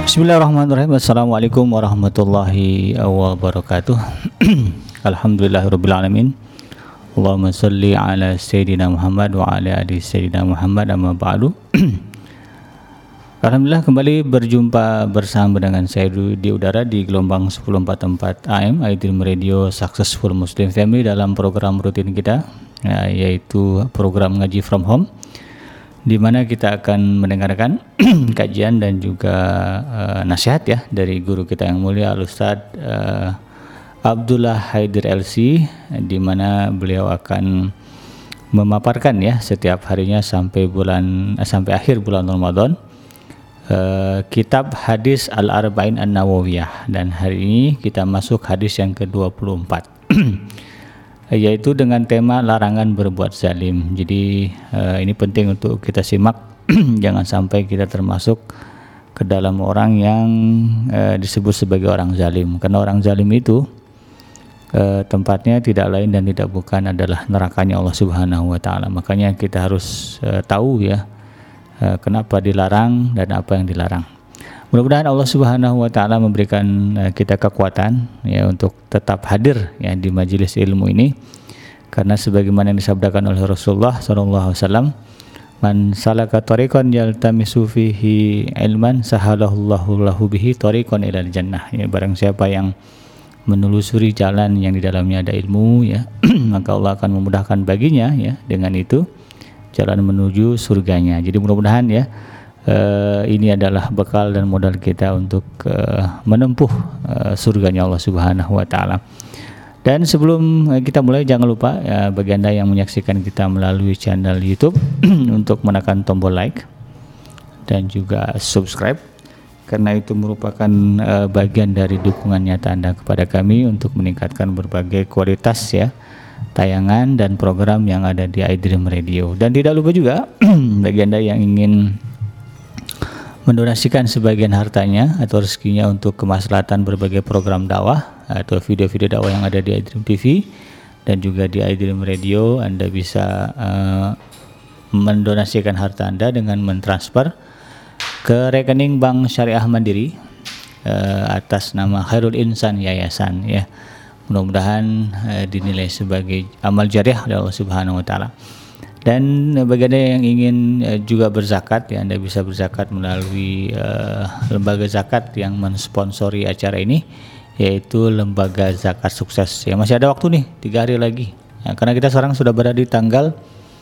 Bismillahirrahmanirrahim. Assalamualaikum warahmatullahi wabarakatuh. Alhamdulillahirrabbilalamin. Allahumma salli ala Sayyidina Muhammad wa ala ali Sayyidina Muhammad, amma ba'du. Alhamdulillah kembali berjumpa bersama dengan saya di udara di gelombang 1044 AM iDream Radio Successful Muslim Family dalam program rutin kita, yaitu program Ngaji From Home, di mana kita akan mendengarkan kajian dan juga nasihat ya dari guru kita yang mulia Al-Ustadz Abdullah Haidir LC, di mana beliau akan memaparkan ya setiap harinya sampai akhir bulan Ramadan kitab hadis Al-Arba'in An-Nawawiyah, dan hari ini kita masuk hadis yang ke-24 yaitu dengan tema larangan berbuat zalim. Jadi ini penting untuk kita simak jangan sampai kita termasuk ke dalam orang yang disebut sebagai orang zalim, karena orang zalim itu tempatnya tidak lain dan tidak bukan adalah nerakanya Allah Subhanahu wa taala. Makanya kita harus tahu ya kenapa dilarang dan apa yang dilarang. Mudah-mudahan Allah Subhanahu wa taala memberikan kita kekuatan ya untuk tetap hadir ya di majelis ilmu ini, karena sebagaimana yang disabdakan oleh Rasulullah sallallahu alaihi wasallam, man salaka tariqan yaltamisu fihi ilman sahalallahu lahu bihi tariqan ilal jannah. Ya, barang siapa yang menelusuri jalan yang di dalamnya ada ilmu ya, maka Allah akan memudahkan baginya ya dengan itu jalan menuju surganya. Jadi mudah-mudahan ya ini adalah bekal dan modal kita untuk menempuh surganya Allah Subhanahu wa taala. Dan sebelum kita mulai, jangan lupa ya, bagi Anda yang menyaksikan kita melalui channel YouTube untuk menekan tombol like dan juga subscribe, karena itu merupakan bagian dari dukungan nyata Anda kepada kami untuk meningkatkan berbagai kualitas ya tayangan dan program yang ada di iDream Radio. Dan tidak lupa juga bagi Anda yang ingin mendonasikan sebagian hartanya atau rezekinya untuk kemaslahatan berbagai program dakwah atau video-video dakwah yang ada di iDream TV dan juga di iDream Radio, Anda bisa mendonasikan harta Anda dengan mentransfer ke rekening Bank Syariah Mandiri atas nama Khairul Insan Yayasan ya. Mudah-mudahan dinilai sebagai amal jariah oleh Allah Subhanahu wa taala. Dan bagi Anda yang ingin juga berzakat ya, Anda bisa berzakat melalui lembaga zakat yang mensponsori acara ini, yaitu Lembaga Zakat Sukses. Ya, masih ada waktu nih, 3 hari lagi. Ya, karena kita sekarang sudah berada di tanggal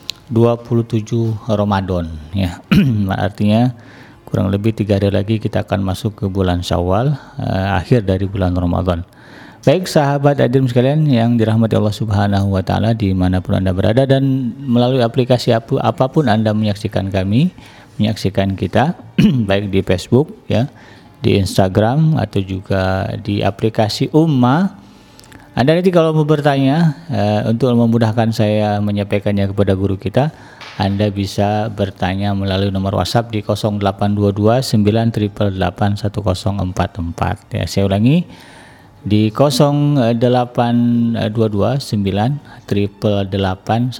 27 Ramadan ya. Artinya kurang lebih 3 hari lagi kita akan masuk ke bulan Syawal, akhir dari bulan Ramadan. Baik sahabat iDream sekalian yang dirahmati Allah Subhanahu wa taala dimanapun Anda berada, dan melalui aplikasi apapun Anda menyaksikan kami, menyaksikan kita baik di Facebook ya, di Instagram atau juga di aplikasi Umma. Anda nanti kalau mau bertanya untuk memudahkan saya menyampaikannya kepada guru kita, Anda bisa bertanya melalui nomor WhatsApp di 0822 988 1044 ya. Saya ulangi, di 0822 988 1044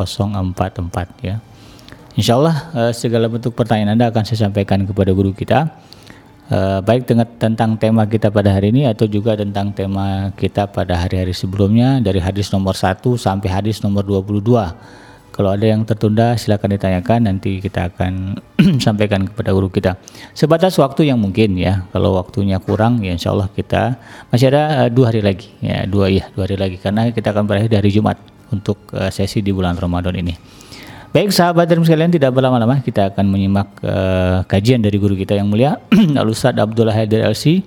ya. Insyaallah segala bentuk pertanyaan Anda akan saya sampaikan kepada guru kita, baik tentang tema kita pada hari ini atau juga tentang tema kita pada hari-hari sebelumnya, dari hadis nomor 1 sampai hadis nomor 22. Kalau ada yang tertunda silakan ditanyakan, nanti kita akan sampaikan kepada guru kita sebatas waktu yang mungkin ya. Kalau waktunya kurang ya insya Allah kita masih ada 2 hari lagi ya, 2 hari lagi, karena kita akan berakhir dari Jumat untuk sesi di bulan Ramadan ini. Baik sahabat dan sekalian, tidak berlama-lama kita akan menyimak kajian dari guru kita yang mulia Al-Ustadz Abdullah Haidir LC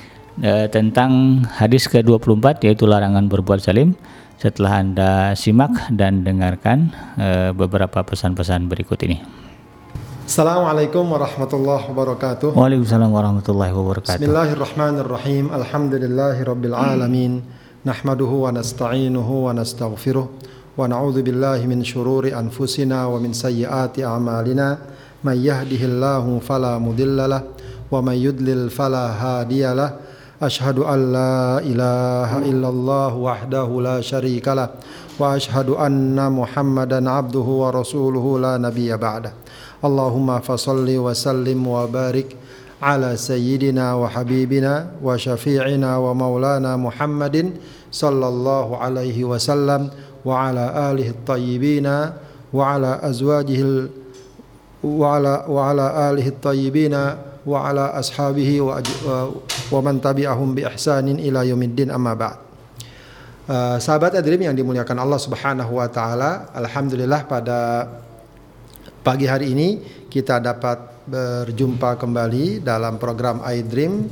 tentang hadis ke-24, yaitu larangan berbuat zalim. Setelah Anda simak dan dengarkan beberapa pesan-pesan berikut ini. Assalamualaikum warahmatullahi wabarakatuh. Waalaikumsalam warahmatullahi wabarakatuh. Bismillahirrahmanirrahim. Alhamdulillahirabbil alamin. Nahmaduhu wa nasta'inuhu wa nastaghfiruh wa na'udzu billahi min syururi anfusina wa min sayyiati a'malina. May yahdihillahu fala mudhillalah wa may yudlil fala hadiyalah. Ashhadu an la ilaha illallah wahdahu la syarikalah wa ashhadu anna Muhammadan abduhu wa rasuluhu la nabiyya ba'dah. Allahumma fasalli wa sallim wa barik ala sayyidina wa habibina wa syafi'ina wa maulana Muhammadin sallallahu alaihi wasallam wa ala alihi at-tayyibina wa ala azwajihi wa ala alihi at-tayyibina wa ala ashabihi wa man tabi'ahum bi ihsanin ila yaumiddin, amma ba'd. Sahabat Adrim yang dimuliakan Allah Subhanahu wa taala, alhamdulillah pada pagi hari ini kita dapat berjumpa kembali dalam program iDream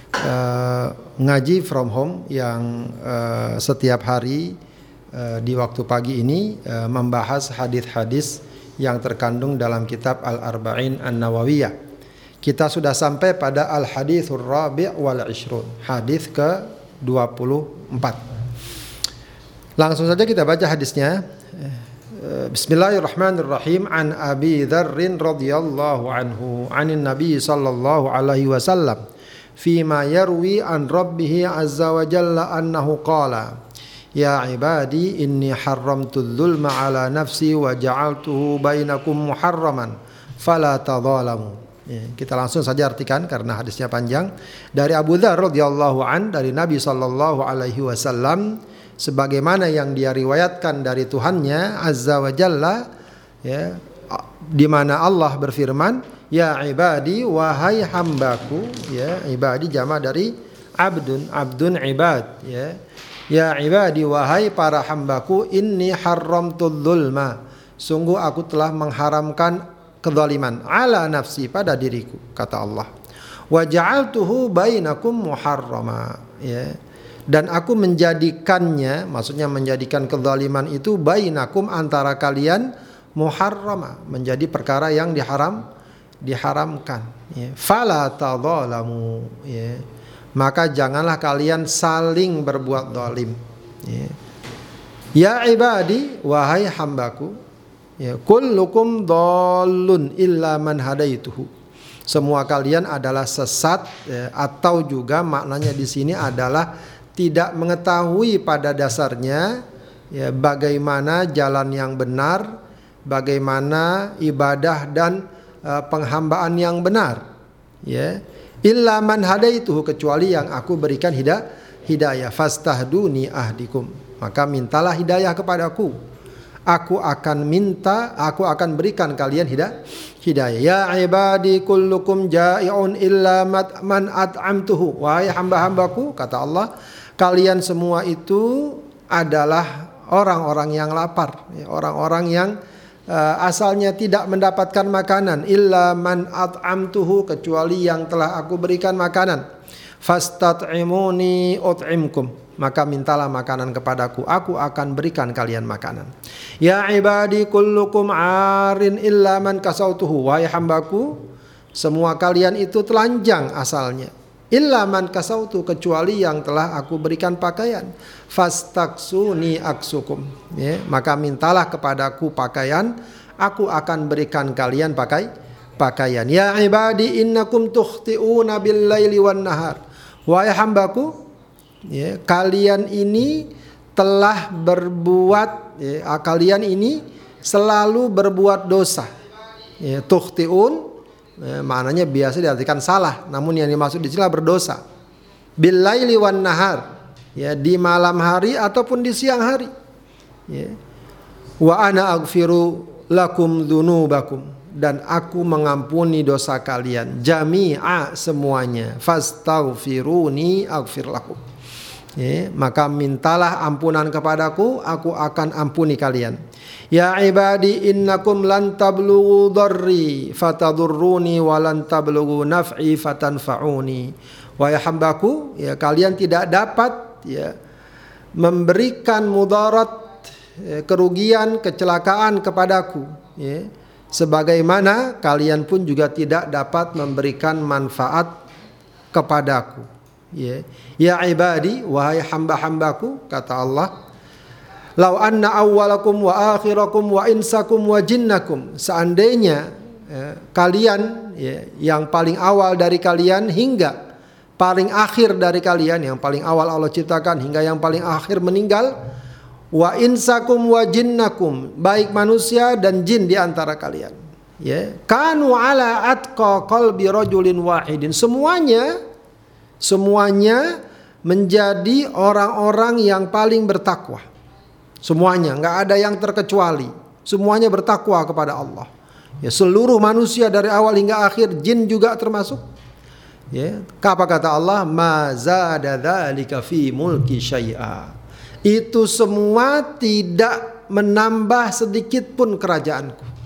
ngaji from home yang setiap hari di waktu pagi ini membahas hadis-hadis yang terkandung dalam kitab Al-Arba'in An-Nawawiyah. Kita sudah sampai pada Al-Hadithur Rabi' wal Ishrun, hadis ke-24. Langsung saja kita baca hadisnya. Bismillahirrahmanirrahim. An Abi Dzarrin radhiyallahu anhu, 'anin Nabi sallallahu alaihi wasallam, fima yarwi an Rabbih azza wa jalla annahu qala, ya ibadi inni haramtu dzulma ala nafsi wa ja'altuhu bainakum muharraman fala tadzalamu. Kita langsung saja artikan karena hadisnya panjang. Dari Abu Dzar radhiyallahu an, dari Nabi sallallahu alaihi wasallam, sebagaimana yang dia riwayatkan dari Tuhannya azza wa jalla, ya, di mana Allah berfirman, ya ibadi, wahai hambaku, ya, ibadi jama dari abdun ibad, ya. Ya ibadi, wahai para hambaku, inni haramtu dzulma, sungguh aku telah mengharamkan kezaliman ala nafsi, pada diriku, kata Allah. Wa ja'altuhu bainakum muharrama, ya. Dan aku menjadikannya, maksudnya menjadikan kezaliman itu bainakum, antara kalian, muharrama, menjadi perkara yang diharamkan, ya. Fala tadzalamu, ya. Maka janganlah kalian saling berbuat zalim, ya. Ya ibadi, wahai hambaku, ya, kullukum dhallun illa man hadaituhu. Semua kalian adalah sesat, ya, atau juga maknanya di sini adalah tidak mengetahui pada dasarnya, ya, bagaimana jalan yang benar, bagaimana ibadah dan penghambaan yang benar, ya. Illa man hadaituhu, kecuali yang aku berikan hidayah. Fastahduni ahdikum, maka mintalah hidayah kepadaku. Aku akan berikan kalian hidayah. Ya ibadi kullukum ja'i'un illa man at'amtuhu. Wahai hamba-hambaku, kata Allah, kalian semua itu adalah orang-orang yang lapar, orang-orang yang asalnya tidak mendapatkan makanan. Illa man at'amtuhu, kecuali yang telah aku berikan makanan. Fastat'imuni ut'imkum, maka mintalah makanan kepadaku, aku akan berikan kalian makanan. Ya ibadi kullukum arin illa man kasautuhu. Wahai hambaku, semua kalian itu telanjang asalnya. Illa man kasautu, kecuali yang telah aku berikan pakaian. Fastaksuni aksukum, ya, maka mintalah kepadaku pakaian, aku akan berikan kalian pakaian. Ya ibadi innakum tukhti'una bil laili wan nahar. Wahai hambaku, ya, kalian ini telah berbuat, ya, kalian ini selalu berbuat dosa, ya. Tukhti'un, ya, maknanya biasa diartikan salah, namun yang dimaksud di sini berdosa. Bil laili wan nahar, ya, di malam hari ataupun di siang hari, ya. Wa ana aghfiru lakum dzunubakum, dan aku mengampuni dosa kalian jami'a, semuanya. Fastaghfiruni aghfir lakum, ya, maka mintalah ampunan kepadaku, aku akan ampuni kalian. Ya ibadi innakum lan tablughu dharri fatadurruni wa lan tablughu naf'i fatanfa'uni. Wahai hambaku, ya, kalian tidak dapat, ya, memberikan mudarat, ya, kerugian, kecelakaan kepadaku, ya, sebagaimana kalian pun juga tidak dapat memberikan manfaat kepadaku, ya. Ya ibadi, wahai hamba-hambaku, kata Allah, lau anna awwalakum wa akhirakum wa insakum wa jinnakum, seandainya, ya, kalian, ya, yang paling awal dari kalian hingga paling akhir dari kalian, yang paling awal Allah ciptakan hingga yang paling akhir meninggal, wa insakum wa jinnakum, baik manusia dan jin di antara kalian, Ya, kanu ala atqa qalbi rajulin wahidin. Semuanya menjadi orang-orang yang paling bertakwa. Semuanya, nggak ada yang terkecuali. Semuanya bertakwa kepada Allah. Ya, seluruh manusia dari awal hingga akhir, jin juga termasuk. Ya, apa kata Allah? Ma zada dzalika fi mulki syai'a. Itu semua tidak menambah sedikit pun kerajaanku.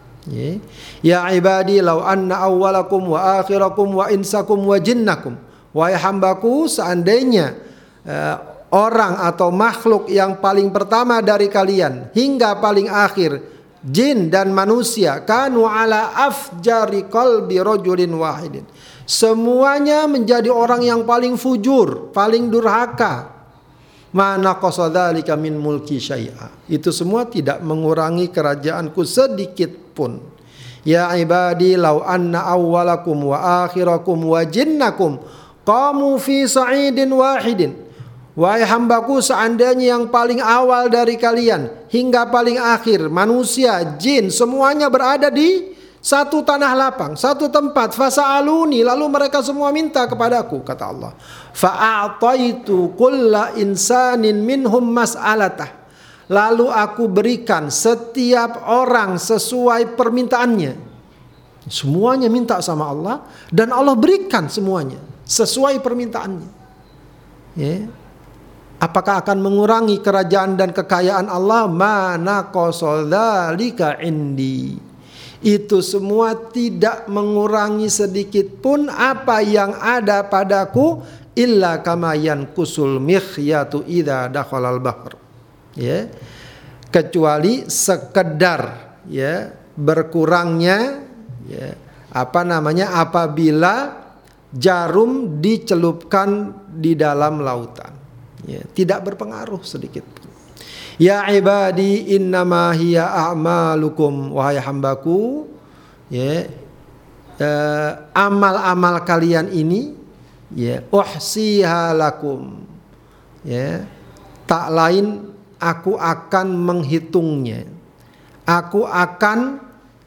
Ya ibadi law anna awwalakum wa akhirakum wa insakum wa jinnakum. Wahai hambaku, seandainya orang atau makhluk yang paling pertama dari kalian hingga paling akhir, jin dan manusia, kanu ala afjari qalbi rajulin wahidin. Semuanya menjadi orang yang paling fujur, paling durhaka. Mana qasadzalika min mulki syai'a. Itu semua tidak mengurangi kerajaanku sedikit pun. Ya ibadi law anna awwalakum wa akhirakum wa jinnakum qamu fi sa'idin wahidin. Wahai hambaku, seandainya yang paling awal dari kalian hingga paling akhir, manusia, jin, semuanya berada di satu tanah lapang, satu tempat, fasa'aluni, lalu mereka semua minta kepadaku, kata Allah. Fa'ataitu kulla insanin minhum mas'alatah. Lalu aku berikan setiap orang sesuai permintaannya. Semuanya minta sama Allah dan Allah berikan semuanya sesuai permintaannya. Ya. Apakah akan mengurangi kerajaan dan kekayaan Allah? Mana qasadzalika indi. Itu semua tidak mengurangi sedikit pun apa yang ada padaku, illa kama yankusul mikhyatu idza dakhalal bahr. Ya. Kecuali sekedar ya berkurangnya ya apabila jarum dicelupkan di dalam lautan. Ya, tidak berpengaruh sedikit pun. Ya ibadi innama hiya a'malukum. Wahai hambaku, ya, amal-amal kalian ini ya uhsiha lakum. Ya, tak lain aku akan menghitungnya. Aku akan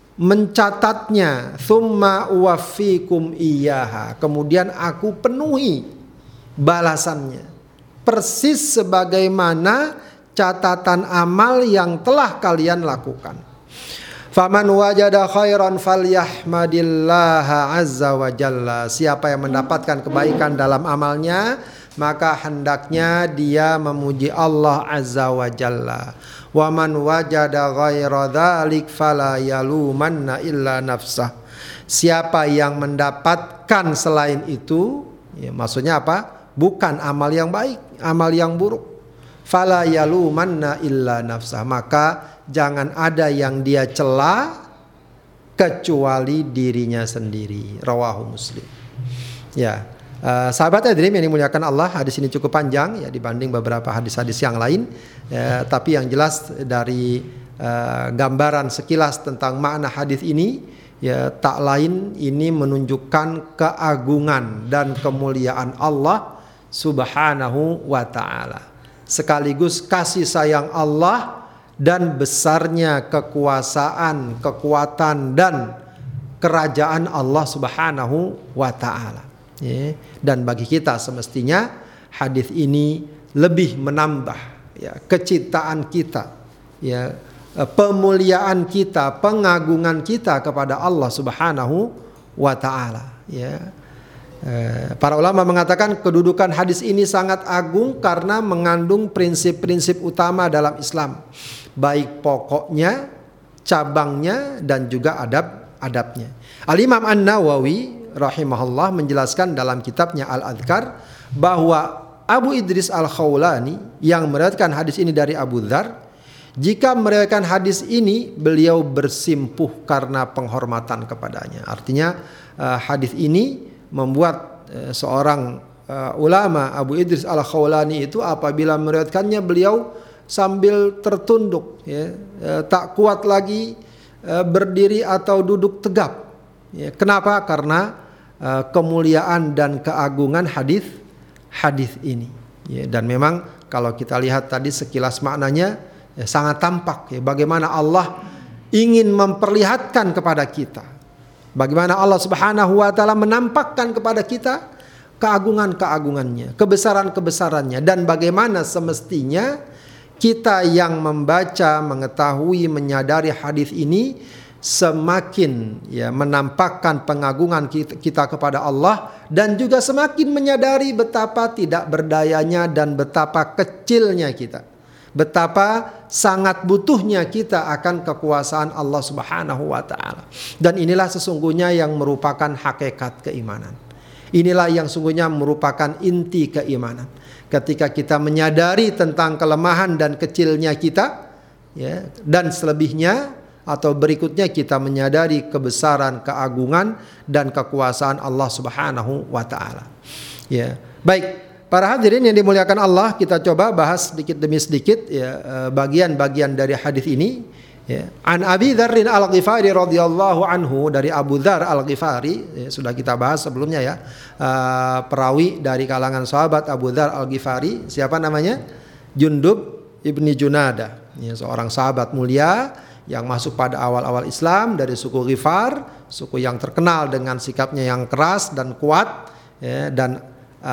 mencatatnya. Tsumma uwaffikum iyyaha. Kemudian aku penuhi balasannya. Persis sebagaimana catatan amal yang telah kalian lakukan. Faman wajada khairan falyahmadillaha azza wa jalla. Siapa yang mendapatkan kebaikan dalam amalnya, maka hendaknya dia memuji Allah azza wa jalla. Wa man wajada ghaira dzalik fala yalumanna illa nafsah. Siapa yang mendapatkan selain itu, ya maksudnya apa? Bukan amal yang baik, amal yang buruk. Fala yalumanna illa nafsah. Maka jangan ada yang dia cela kecuali dirinya sendiri. Rawahu Muslim. Ya, sahabat hadirin yang dimuliakan Allah, hadis ini cukup panjang ya dibanding beberapa hadis-hadis yang lain. Tapi yang jelas dari gambaran sekilas tentang makna hadis ini, ya tak lain ini menunjukkan keagungan dan kemuliaan Allah Subhanahu wa ta'ala. Sekaligus kasih sayang Allah dan besarnya kekuasaan, kekuatan dan kerajaan Allah Subhanahu wa ta'ala. Ya. Dan bagi kita semestinya hadis ini lebih menambah ya kecintaan kita, ya pemuliaan kita, pengagungan kita kepada Allah Subhanahu wa ta'ala. Ya. Para ulama mengatakan kedudukan hadis ini sangat agung karena mengandung prinsip-prinsip utama dalam Islam, baik pokoknya, cabangnya, dan juga adab-adabnya. Al-Imam An-Nawawi rahimahullah menjelaskan dalam kitabnya Al-Adhkar bahwa Abu Idris Al-Khawlani yang meriwayatkan hadis ini dari Abu Dzar, jika meriwayatkan hadis ini beliau bersimpuh karena penghormatan kepadanya. Artinya hadis ini membuat seorang ulama Abu Idris Al-Khawlani itu apabila meriwayatkannya beliau sambil tertunduk, ya, tak kuat lagi berdiri atau duduk tegap. Ya, kenapa? Karena kemuliaan dan keagungan hadis ini. Ya, dan memang kalau kita lihat tadi sekilas maknanya ya, sangat tampak ya, bagaimana Allah ingin memperlihatkan kepada kita bagaimana Allah Subhanahu wa taala menampakkan kepada kita keagungan-keagungannya, kebesaran-kebesarannya, dan bagaimana semestinya kita yang membaca, mengetahui, menyadari hadis ini semakin menampakkan pengagungan kita kepada Allah, dan juga semakin menyadari betapa tidak berdayanya dan betapa kecilnya kita, betapa sangat butuhnya kita akan kekuasaan Allah Subhanahu wa taala. Dan inilah sesungguhnya yang merupakan hakikat keimanan. Inilah yang sungguhnya merupakan inti keimanan. Ketika kita menyadari tentang kelemahan dan kecilnya kita, dan selebihnya atau berikutnya kita menyadari kebesaran, keagungan, dan kekuasaan Allah Subhanahu wa taala. Baik, para hadirin yang dimuliakan Allah, kita coba bahas sedikit demi sedikit bagian-bagian dari hadis ini. An Abi Dzar Al-Ghifari radhiyallahu anhu, dari Abu Dzar Al-Ghifari, sudah kita bahas sebelumnya perawi dari kalangan sahabat Abu Dzar Al-Ghifari. Siapa namanya? Jundub ibni Junadah, seorang sahabat mulia yang masuk pada awal-awal Islam dari suku Ghifar, suku yang terkenal dengan sikapnya yang keras dan kuat, dan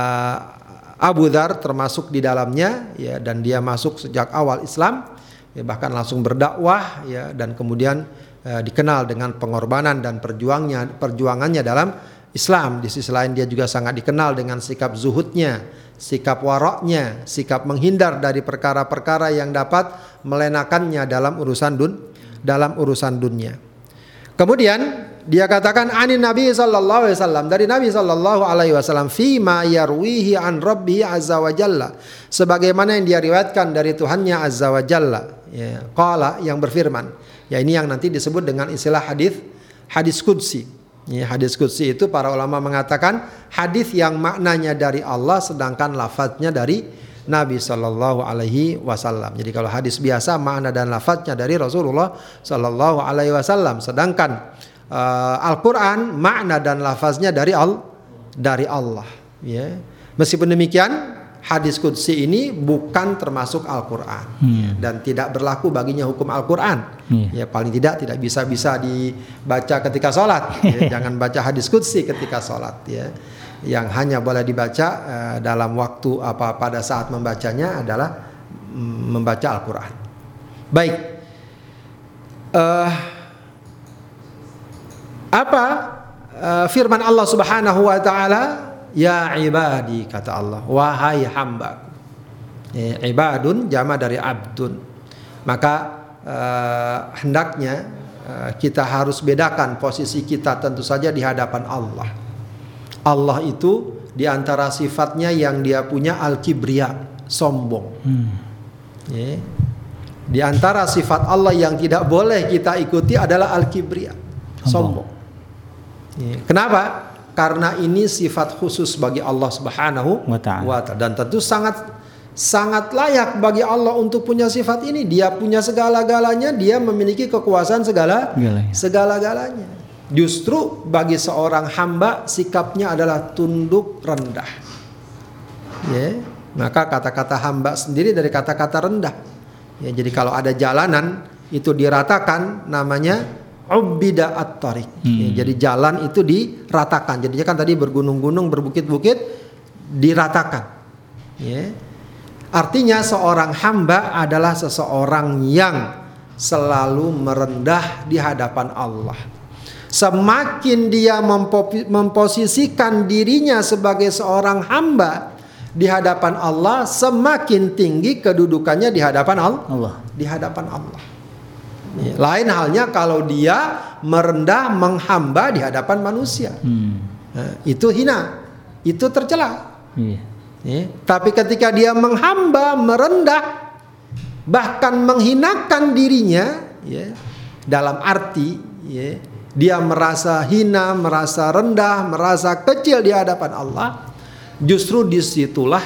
Abu Dzar termasuk di dalamnya, dan dia masuk sejak awal Islam, bahkan langsung berdakwah, dan kemudian dikenal dengan pengorbanan dan perjuangannya dalam Islam. Di sisi lain dia juga sangat dikenal dengan sikap zuhudnya, sikap waraknya, sikap menghindar dari perkara-perkara yang dapat melenakannya dalam urusan dunia. Kemudian dia katakan anin Nabi sallallahu alaihi wasallam, dari Nabi sallallahu alaihi wasallam, fi ma yarwihi an Rabbi azza wa jalla, sebagaimana yang dia riwayatkan dari Tuhannya azza wa jalla. Qala, yang berfirman. Ini yang nanti disebut dengan istilah hadis qudsi. Hadis qudsi itu para ulama mengatakan hadis yang maknanya dari Allah sedangkan lafadznya dari Nabi Sallallahu Alaihi Wasallam. Jadi kalau hadis biasa makna dan lafadznya dari Rasulullah Sallallahu Alaihi Wasallam, sedangkan Al-Quran makna dan lafaznya dari Allah. Meskipun demikian, hadis qudsi ini bukan termasuk Al-Quran, dan tidak berlaku baginya hukum Al-Quran. Paling tidak bisa dibaca ketika sholat. Jangan baca hadis qudsi ketika sholat. Yang hanya boleh dibaca dalam waktu pada saat membacanya adalah membaca Al-Quran. Baik. Firman Allah Subhanahu wa taala, ya ibadi, kata Allah, wahai hamba. Ibadun jama dari abdun. Maka hendaknya kita harus bedakan posisi kita tentu saja di hadapan Allah. Allah itu di antara sifatnya yang dia punya al-kibriya, sombong. Di antara sifat Allah yang tidak boleh kita ikuti adalah al-kibriya, sombong. Kenapa? Karena ini sifat khusus bagi Allah Subhanahu wa ta'ala, dan tentu sangat layak bagi Allah untuk punya sifat ini. Dia punya segala-galanya, dia memiliki kekuasaan segala-galanya. Justru bagi seorang hamba sikapnya adalah tunduk rendah. Maka kata-kata hamba sendiri dari kata-kata rendah. Jadi kalau ada jalanan itu diratakan, namanya ubbida at-tariq. Jadi jalan itu diratakan. Jadinya kan tadi bergunung-gunung, berbukit-bukit, diratakan. Artinya seorang hamba adalah seseorang yang selalu merendah di hadapan Allah. Semakin dia memposisikan dirinya sebagai seorang hamba di hadapan Allah, semakin tinggi kedudukannya di hadapan Allah. Lain halnya kalau dia merendah, menghamba di hadapan manusia. Itu hina, itu tercela. Tapi ketika dia menghamba, merendah, bahkan menghinakan dirinya, dalam arti dia merasa hina, merasa rendah, merasa kecil di hadapan Allah, justru disitulah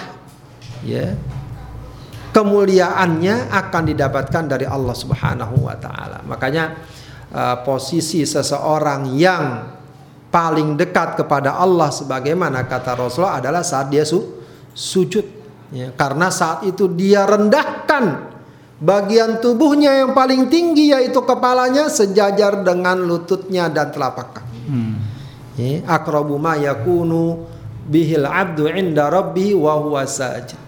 kemuliaannya akan didapatkan dari Allah Subhanahu wa ta'ala. Makanya posisi seseorang yang paling dekat kepada Allah sebagaimana kata Rasulullah adalah saat dia sujud. Karena saat itu dia rendahkan bagian tubuhnya yang paling tinggi yaitu kepalanya sejajar dengan lututnya dan telapak kaki. Aqrabu ma yakunu bihil abdu inda rabbih wa huwa sajid.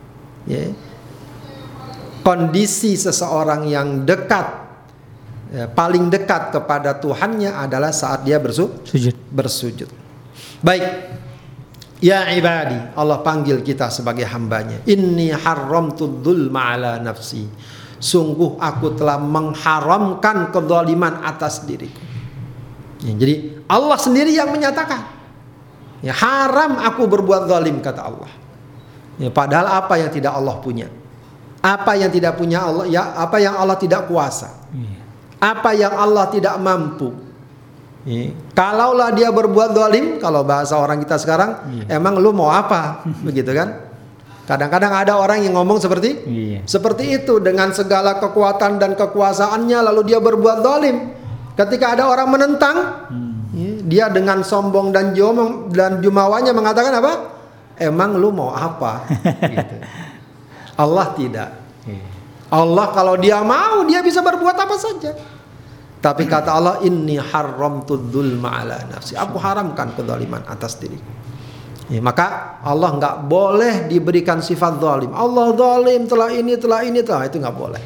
Kondisi seseorang yang dekat, paling dekat kepada Tuhannya adalah saat dia bersujud. Baik. Ya ibadi, Allah panggil kita sebagai hambanya. Inni haramtu dzulma ala nafsi. Sungguh aku telah mengharamkan kezaliman atas diriku. Jadi Allah sendiri yang menyatakan, haram aku berbuat zalim, kata Allah. Padahal apa yang tidak Allah punya? Apa yang tidak punya Allah? Apa yang Allah tidak kuasa? Apa yang Allah tidak mampu? Kalaulah dia berbuat zalim, kalau bahasa orang kita sekarang, emang lu mau apa? Begitu kan? Kadang-kadang ada orang yang ngomong seperti itu, dengan segala kekuatan dan kekuasaannya, lalu dia berbuat zalim. Ketika ada orang menentang, dia dengan sombong dan jumawanya mengatakan apa? Emang lu mau apa? Gitu. Allah tidak. Allah kalau dia mau, dia bisa berbuat apa saja. Tapi kata Allah, inni haramtu dzulma ala nafsi. Aku haramkan kezaliman atas diriku. Maka Allah nggak boleh diberikan sifat zalim. Allah zalim, telah ini, itu nggak boleh.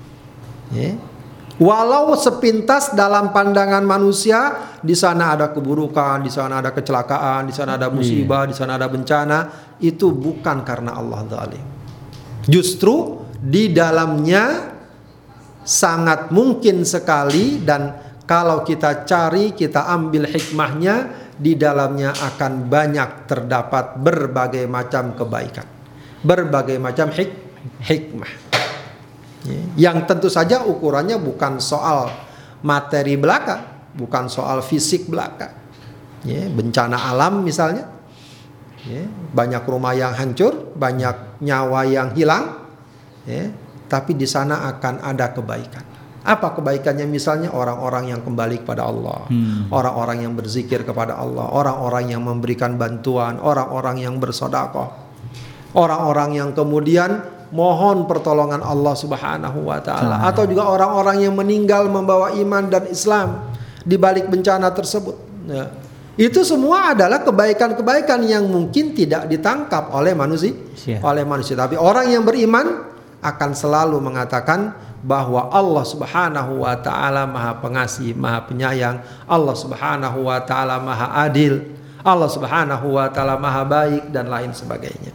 Walau sepintas dalam pandangan manusia, di sana ada keburukan, di sana ada kecelakaan, di sana ada musibah, di sana ada bencana, itu bukan karena Allah zalim. Justru di dalamnya sangat mungkin sekali, dan kalau kita cari, kita ambil hikmahnya, di dalamnya akan banyak terdapat berbagai macam kebaikan, berbagai macam hikmah. Yang tentu saja ukurannya bukan soal materi belaka, bukan soal fisik belaka. Bencana alam misalnya, banyak rumah yang hancur, banyak nyawa yang hilang, tapi di sana akan ada kebaikan. Apa kebaikannya? Misalnya orang-orang yang kembali kepada Allah, orang-orang yang berzikir kepada Allah, orang-orang yang memberikan bantuan, orang-orang yang bersedekah, orang-orang yang kemudian mohon pertolongan Allah Subhanahu wa taala, atau juga orang-orang yang meninggal membawa iman dan Islam di balik bencana tersebut. Itu semua adalah kebaikan-kebaikan yang mungkin tidak ditangkap oleh manusia. Tapi orang yang beriman akan selalu mengatakan bahwa Allah Subhanahu wa taala Maha Pengasih, Maha Penyayang, Allah Subhanahu wa taala Maha Adil, Allah Subhanahu wa taala Maha Baik, dan lain sebagainya.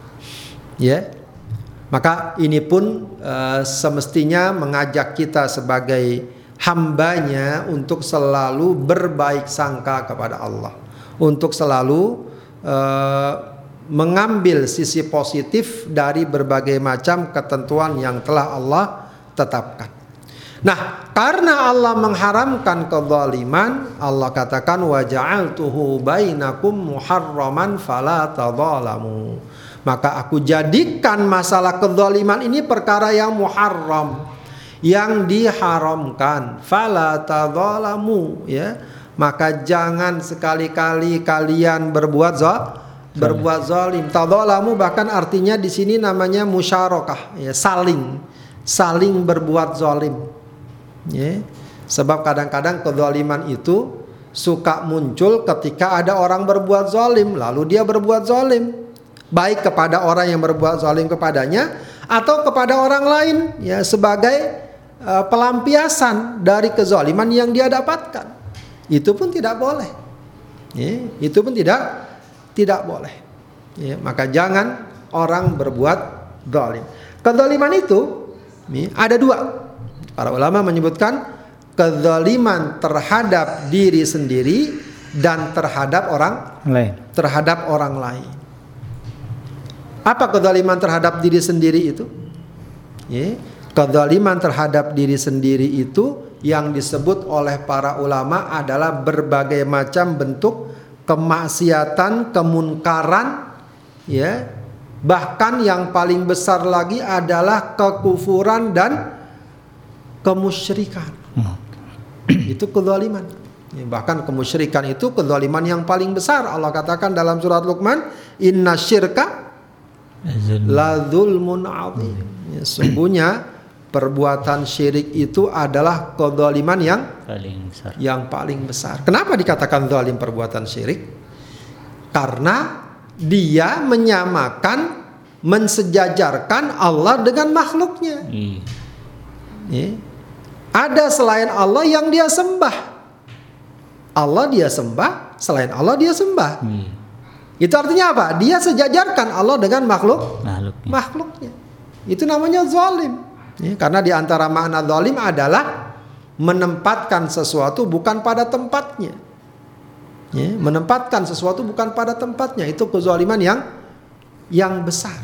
Maka ini pun semestinya mengajak kita sebagai hambanya untuk selalu berbaik sangka kepada Allah, untuk selalu mengambil sisi positif dari berbagai macam ketentuan yang telah Allah tetapkan. Nah, karena Allah mengharamkan kezaliman, Allah katakan wa ja'altuhu bainakum muharraman fala tadzalamu. Maka aku jadikan masalah kezaliman ini perkara yang muharram, yang diharamkan. Fala tadzalamu, maka jangan sekali-kali kalian berbuat zalim. Tadzalamu bahkan artinya di sini namanya musyarakah, saling berbuat zalim. Sebab kadang-kadang kezaliman itu suka muncul ketika ada orang berbuat zalim, lalu dia berbuat zalim, baik kepada orang yang berbuat zalim kepadanya atau kepada orang lain, sebagai pelampiasan dari kezaliman yang dia dapatkan. Itu pun tidak boleh. Itu pun tidak boleh. Maka jangan orang berbuat zalim. Kezaliman itu ada dua. Para ulama menyebutkan kezaliman terhadap diri sendiri dan terhadap orang lain. Apa kezaliman terhadap diri sendiri itu? Kezaliman terhadap diri sendiri itu yang disebut oleh para ulama adalah berbagai macam bentuk kemaksiatan, kemunkaran, bahkan yang paling besar lagi adalah kekufuran dan kemusyrikan. Itu kezaliman. Bahkan kemusyrikan itu kezaliman yang paling besar. Allah katakan dalam surat Luqman, inna syirka la dzulmun adzim. Sungguhnya Perbuatan syirik itu adalah kezaliman yang paling besar. Kenapa dikatakan zalim perbuatan syirik? Karena dia menyamakan, mensejajarkan Allah dengan makhluknya. Ada selain Allah yang dia sembah. Allah dia sembah, selain Allah dia sembah. Itu artinya apa? Dia sejajarkan Allah dengan makhluknya. Itu namanya zalim. Karena di antara makna zalim adalah menempatkan sesuatu bukan pada tempatnya. Menempatkan sesuatu bukan pada tempatnya. Itu kezaliman yang besar.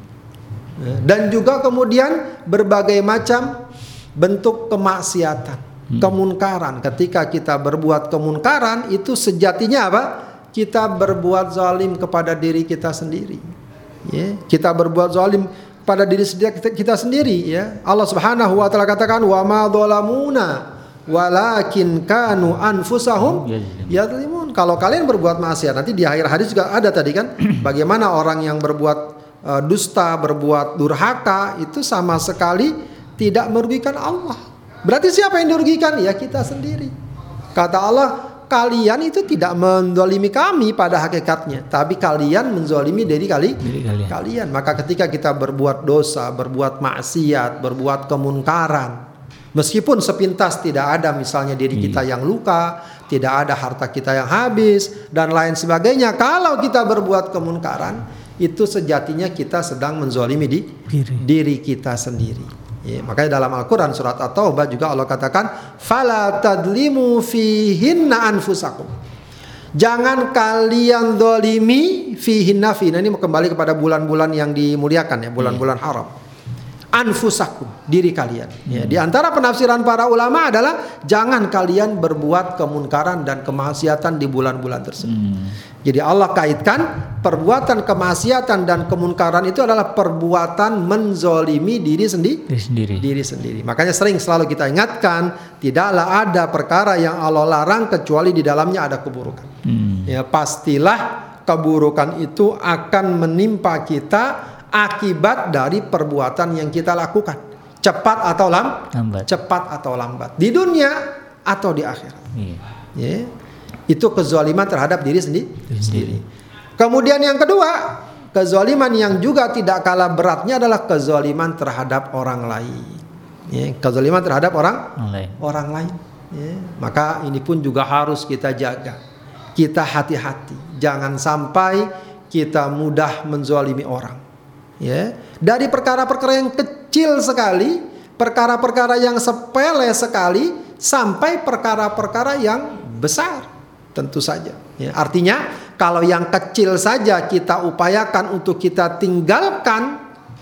Dan juga kemudian berbagai macam bentuk kemaksiatan, kemunkaran. Ketika kita berbuat kemunkaran, itu sejatinya apa? Kita berbuat zalim kepada diri kita sendiri. Kita berbuat zalim pada diri kita sendiri. Allah Subhanahu wa taala katakan, wa ma dhalamuna walakin kanu anfusahum yadzlimun. Kalau kalian berbuat maksiat, nanti di akhir hadis juga ada tadi kan, bagaimana orang yang berbuat dusta, berbuat durhaka itu sama sekali tidak merugikan Allah. Berarti siapa yang dirugikan? Ya kita sendiri. Kata Allah, kalian itu tidak menzalimi kami pada hakikatnya, tapi kalian menzalimi diri kalian. Maka ketika kita berbuat dosa, berbuat maksiat, berbuat kemunkaran, meskipun sepintas tidak ada misalnya diri kita yang luka, tidak ada harta kita yang habis dan lain sebagainya, kalau kita berbuat kemunkaran, itu sejatinya kita sedang menzalimi diri kita sendiri. Makanya dalam Al-Quran surat At-Taubah juga Allah katakan, fala tadlimu fihinna anfusakum. Jangan kalian zalimi fihinna, ini kembali kepada bulan-bulan yang dimuliakan, bulan-bulan haram. Anfusakum, diri kalian. Di antara penafsiran para ulama adalah jangan kalian berbuat kemunkaran dan kemaksiatan di bulan-bulan tersebut. Jadi Allah kaitkan perbuatan kemaksiatan dan kemunkaran itu adalah perbuatan menzolimi diri sendiri. Makanya selalu kita ingatkan, tidaklah ada perkara yang Allah larang kecuali di dalamnya ada keburukan. Pastilah keburukan itu akan menimpa kita akibat dari perbuatan yang kita lakukan, cepat atau lambat, di dunia atau di akhirat. Itu kezaliman terhadap diri sendiri. Kemudian yang kedua, kezaliman yang juga tidak kalah beratnya adalah kezaliman terhadap orang lain. Kezaliman terhadap orang lain. Maka ini pun juga harus kita jaga. Kita hati-hati, jangan sampai kita mudah menzalimi orang. Dari perkara-perkara yang kecil sekali, perkara-perkara yang sepele sekali, sampai perkara-perkara yang besar. Tentu saja. Artinya kalau yang kecil saja kita upayakan untuk kita tinggalkan,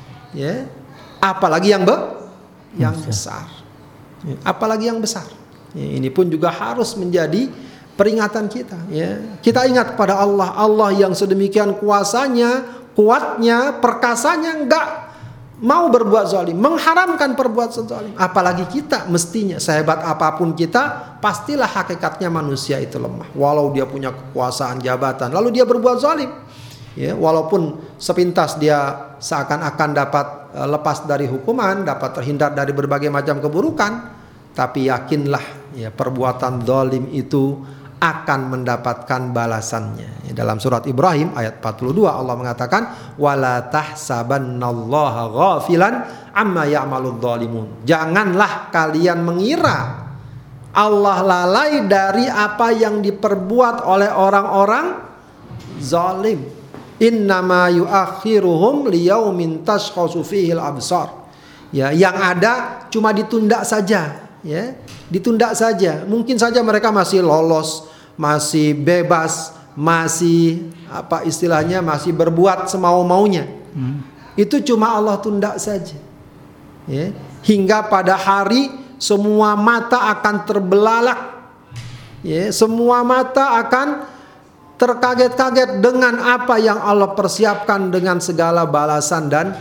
apalagi yang besar. Apalagi yang besar. Ini pun juga harus menjadi peringatan kita. Kita ingat pada Allah. Allah yang sedemikian kuasanya, kuatnya, perkasanya, enggak mau berbuat zalim, mengharamkan perbuatan zalim. Apalagi kita, mestinya sehebat apapun kita, pastilah hakikatnya manusia itu lemah. Walau dia punya kekuasaan, jabatan, lalu dia berbuat zalim, walaupun sepintas dia seakan-akan dapat lepas dari hukuman, dapat terhindar dari berbagai macam keburukan, tapi yakinlah perbuatan zalim itu akan mendapatkan balasannya. Dalam surat Ibrahim ayat 42 Allah mengatakan, wala tahsabannallaha ghafilan amma ya'maludz zalimun. Janganlah kalian mengira Allah lalai dari apa yang diperbuat oleh orang-orang zalim. Innama yuakhiruhum liyaumin tashkhasu fihil absar. Yang ada cuma ditunda saja. Ditunda saja. Mungkin saja mereka masih lolos, masih bebas, masih masih berbuat semau-maunya. Itu cuma Allah tunda saja. Hingga pada hari semua mata akan terbelalak. Semua mata akan terkaget-kaget dengan apa yang Allah persiapkan dengan segala balasan dan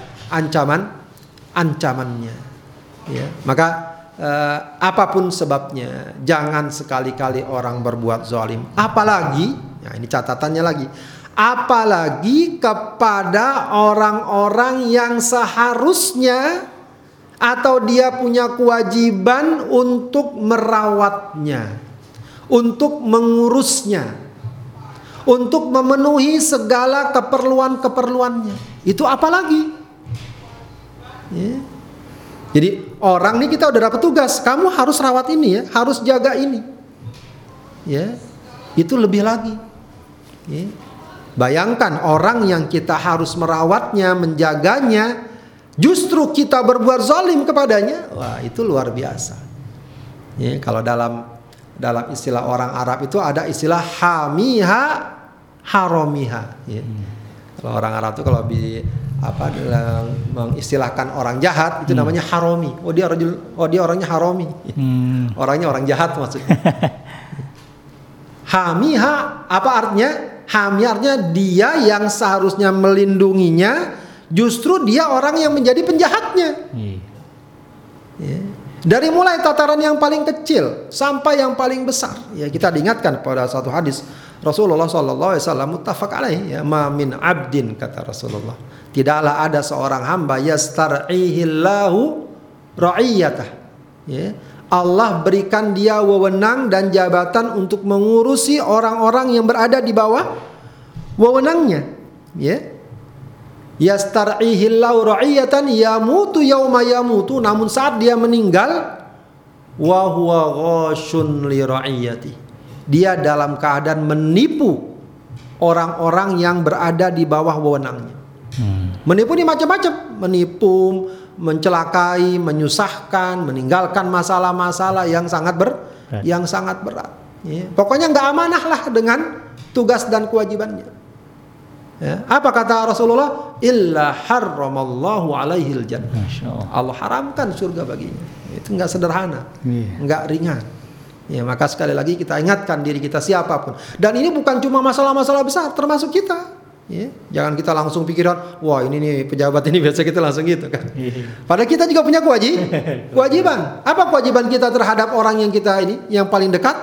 ancamannya. Maka apapun sebabnya, jangan sekali-kali orang berbuat zalim. Apalagi, ini catatannya lagi, apalagi kepada orang-orang yang seharusnya atau dia punya kewajiban untuk merawatnya, untuk mengurusnya, untuk memenuhi segala keperluan-keperluannya. Itu apalagi? Ya. Jadi orang nih kita udah dapat tugas, kamu harus rawat ini ya, harus jaga ini. Ya, itu lebih lagi. Ya. Bayangkan orang yang kita harus merawatnya, menjaganya, justru kita berbuat zalim kepadanya, wah itu luar biasa. Ya, kalau dalam istilah orang Arab itu ada istilah hamiha haromiha. Ya. Kalau orang Arab itu kalau mengistilahkan orang jahat itu namanya haromi. Oh dia orangnya haromi. Orangnya orang jahat maksudnya. Hamiha apa artinya? Hami artinya dia yang seharusnya melindunginya, justru dia orang yang menjadi penjahatnya. Ya. Dari mulai tataran yang paling kecil sampai yang paling besar. Ya, kita diingatkan pada satu hadis Rasulullah SAW muttafaq alaih, ya, ma min abdin, kata Rasulullah, tidaklah ada seorang hamba yastar'ihillahu ra'iyatah. Ya. Allah berikan dia wewenang dan jabatan untuk mengurusi orang-orang yang berada di bawah wewenangnya. Ya. Yastar'ihillahu ra'iyatan yamutu yauma yamutu, namun saat dia meninggal wa huwa ghashun li ra'iyati, dia dalam keadaan menipu orang-orang yang berada di bawah wewenangnya. Menipu ini macam-macam, menipu, mencelakai, menyusahkan, meninggalkan masalah-masalah yang sangat berat. Ya. Pokoknya nggak amanah lah dengan tugas dan kewajibannya. Ya. Apa kata Rasulullah? Illa harramallahu alaihil jannah. Allah haramkan surga baginya. Itu nggak sederhana, nggak ringan. Ya, maka sekali lagi kita ingatkan diri kita siapapun. Dan ini bukan cuma masalah-masalah besar, termasuk kita. Ya, jangan kita langsung pikiran, wah ini nih pejabat ini, biasa kita langsung gitu kan. Padahal kita juga punya kewajiban. Apa kewajiban kita terhadap orang yang kita ini, yang paling dekat?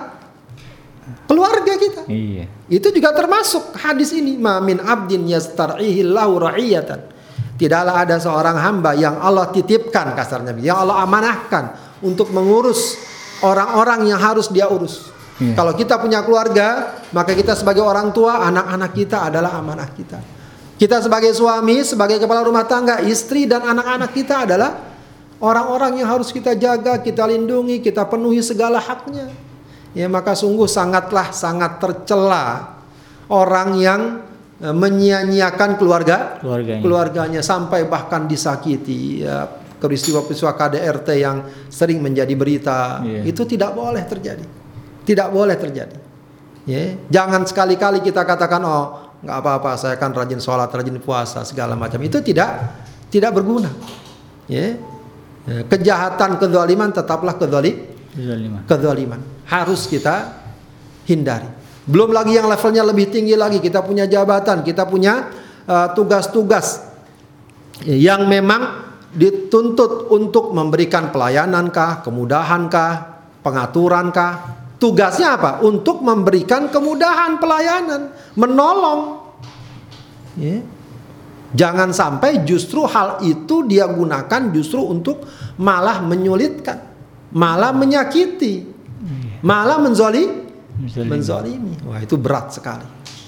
Keluarga kita. Iya. Itu juga termasuk hadis ini, ma min abdin yastar'ihillahu ra'iyatan. Tidaklah ada seorang hamba yang Allah titipkan, kasarnya, yang Allah amanahkan untuk mengurus orang-orang yang harus dia urus. Kalau kita punya keluarga, maka kita sebagai orang tua, anak-anak kita adalah amanah kita. Kita sebagai suami, sebagai kepala rumah tangga, istri dan anak-anak kita adalah orang-orang yang harus kita jaga, kita lindungi, kita penuhi segala haknya. Ya, maka sungguh sangat tercela orang yang menyia-nyiakan keluarganya sampai bahkan disakiti. Ya, peristiwa-peristiwa KDRT yang sering menjadi berita, itu tidak boleh terjadi. Tidak boleh terjadi. Ya, jangan sekali-kali kita katakan, oh nggak apa-apa, saya kan rajin sholat, rajin puasa, segala macam. Itu tidak berguna. Ya, kejahatan, kezaliman tetaplah kezaliman. Harus kita hindari. Belum lagi yang levelnya lebih tinggi lagi, kita punya jabatan, kita punya tugas-tugas yang memang dituntut untuk memberikan pelayanan-kah, kemudahan-kah, pengaturan-kah. Tugasnya apa? Untuk memberikan kemudahan pelayanan, menolong. Ya. Jangan sampai justru hal itu dia gunakan justru untuk malah menyulitkan, malah menyakiti, malah menzalimi. Wah, itu berat sekali.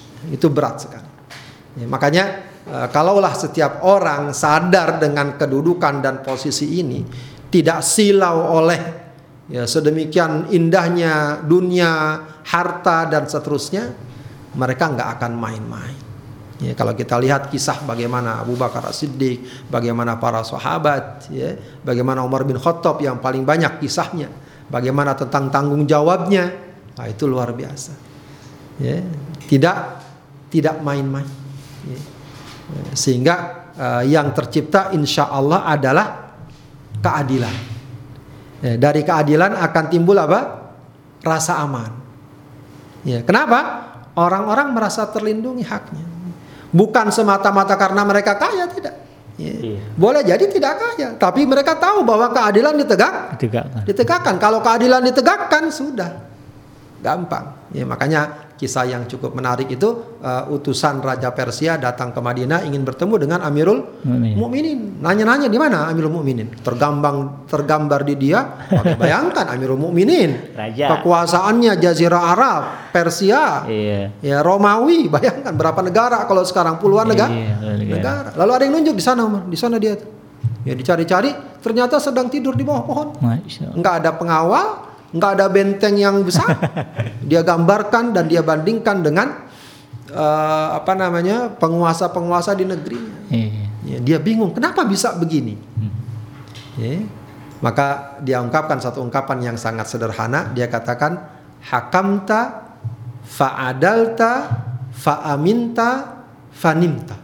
Ya, makanya kalaulah setiap orang sadar dengan kedudukan dan posisi ini, tidak silau oleh sedemikian indahnya dunia, harta dan seterusnya, mereka nggak akan main-main. Ya, kalau kita lihat kisah bagaimana Abu Bakar As-Siddiq, bagaimana para sahabat, ya, bagaimana Umar bin Khattab yang paling banyak kisahnya, bagaimana tentang tanggung jawabnya, nah, itu luar biasa. Ya, tidak main-main. Ya. Sehingga yang tercipta insya Allah adalah keadilan. Dari keadilan akan timbul apa? Rasa aman. Ya, kenapa? Orang-orang merasa terlindungi haknya. Bukan semata-mata karena mereka kaya, tidak. Ya. Boleh jadi tidak kaya, tapi mereka tahu bahwa keadilan ditegakkan. Kalau keadilan ditegakkan, sudah. gampang. Ya, makanya kisah yang cukup menarik itu utusan Raja Persia datang ke Madinah ingin bertemu dengan Amirul Mukminin. Nanya-nanya di mana Amirul Mukminin? Tergambar di dia. Bayangkan Amirul Mukminin, kekuasaannya Jazirah Arab, Persia, ya Romawi. Bayangkan berapa negara kalau sekarang puluhan negara. Lalu ada yang nunjuk di sana, Umar. Di sana dia. Ya dicari-cari, ternyata sedang tidur di bawah pohon. Enggak ada pengawal. Nggak ada benteng yang besar. Dia gambarkan dan dia bandingkan dengan penguasa-penguasa di negerinya. Ya, dia bingung kenapa bisa begini. Ya, maka dia ungkapkan satu ungkapan yang sangat sederhana. Dia katakan hakamta fa'adalta fa'aminta fanimta.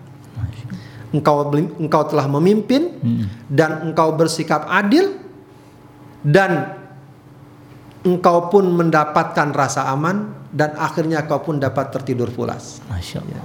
Engkau telah memimpin dan engkau bersikap adil dan engkau pun mendapatkan rasa aman dan akhirnya kau pun dapat tertidur pulas. Masya Allah.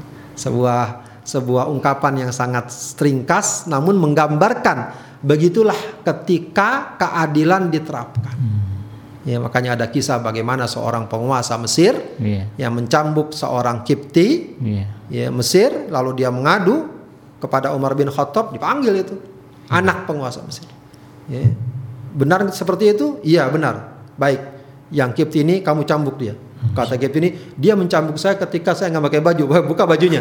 Sebuah ungkapan yang sangat ringkas namun menggambarkan begitulah ketika keadilan diterapkan. Ya, makanya ada kisah bagaimana seorang penguasa Mesir yang mencambuk seorang Kipti ya Mesir, lalu dia mengadu kepada Umar bin Khattab, dipanggil itu anak penguasa Mesir. Ya. Benar seperti itu? Iya benar. Baik, yang Kipti ini kamu cambuk dia. Kata Kipti ini, dia mencambuk saya ketika saya nggak pakai baju. Buka bajunya.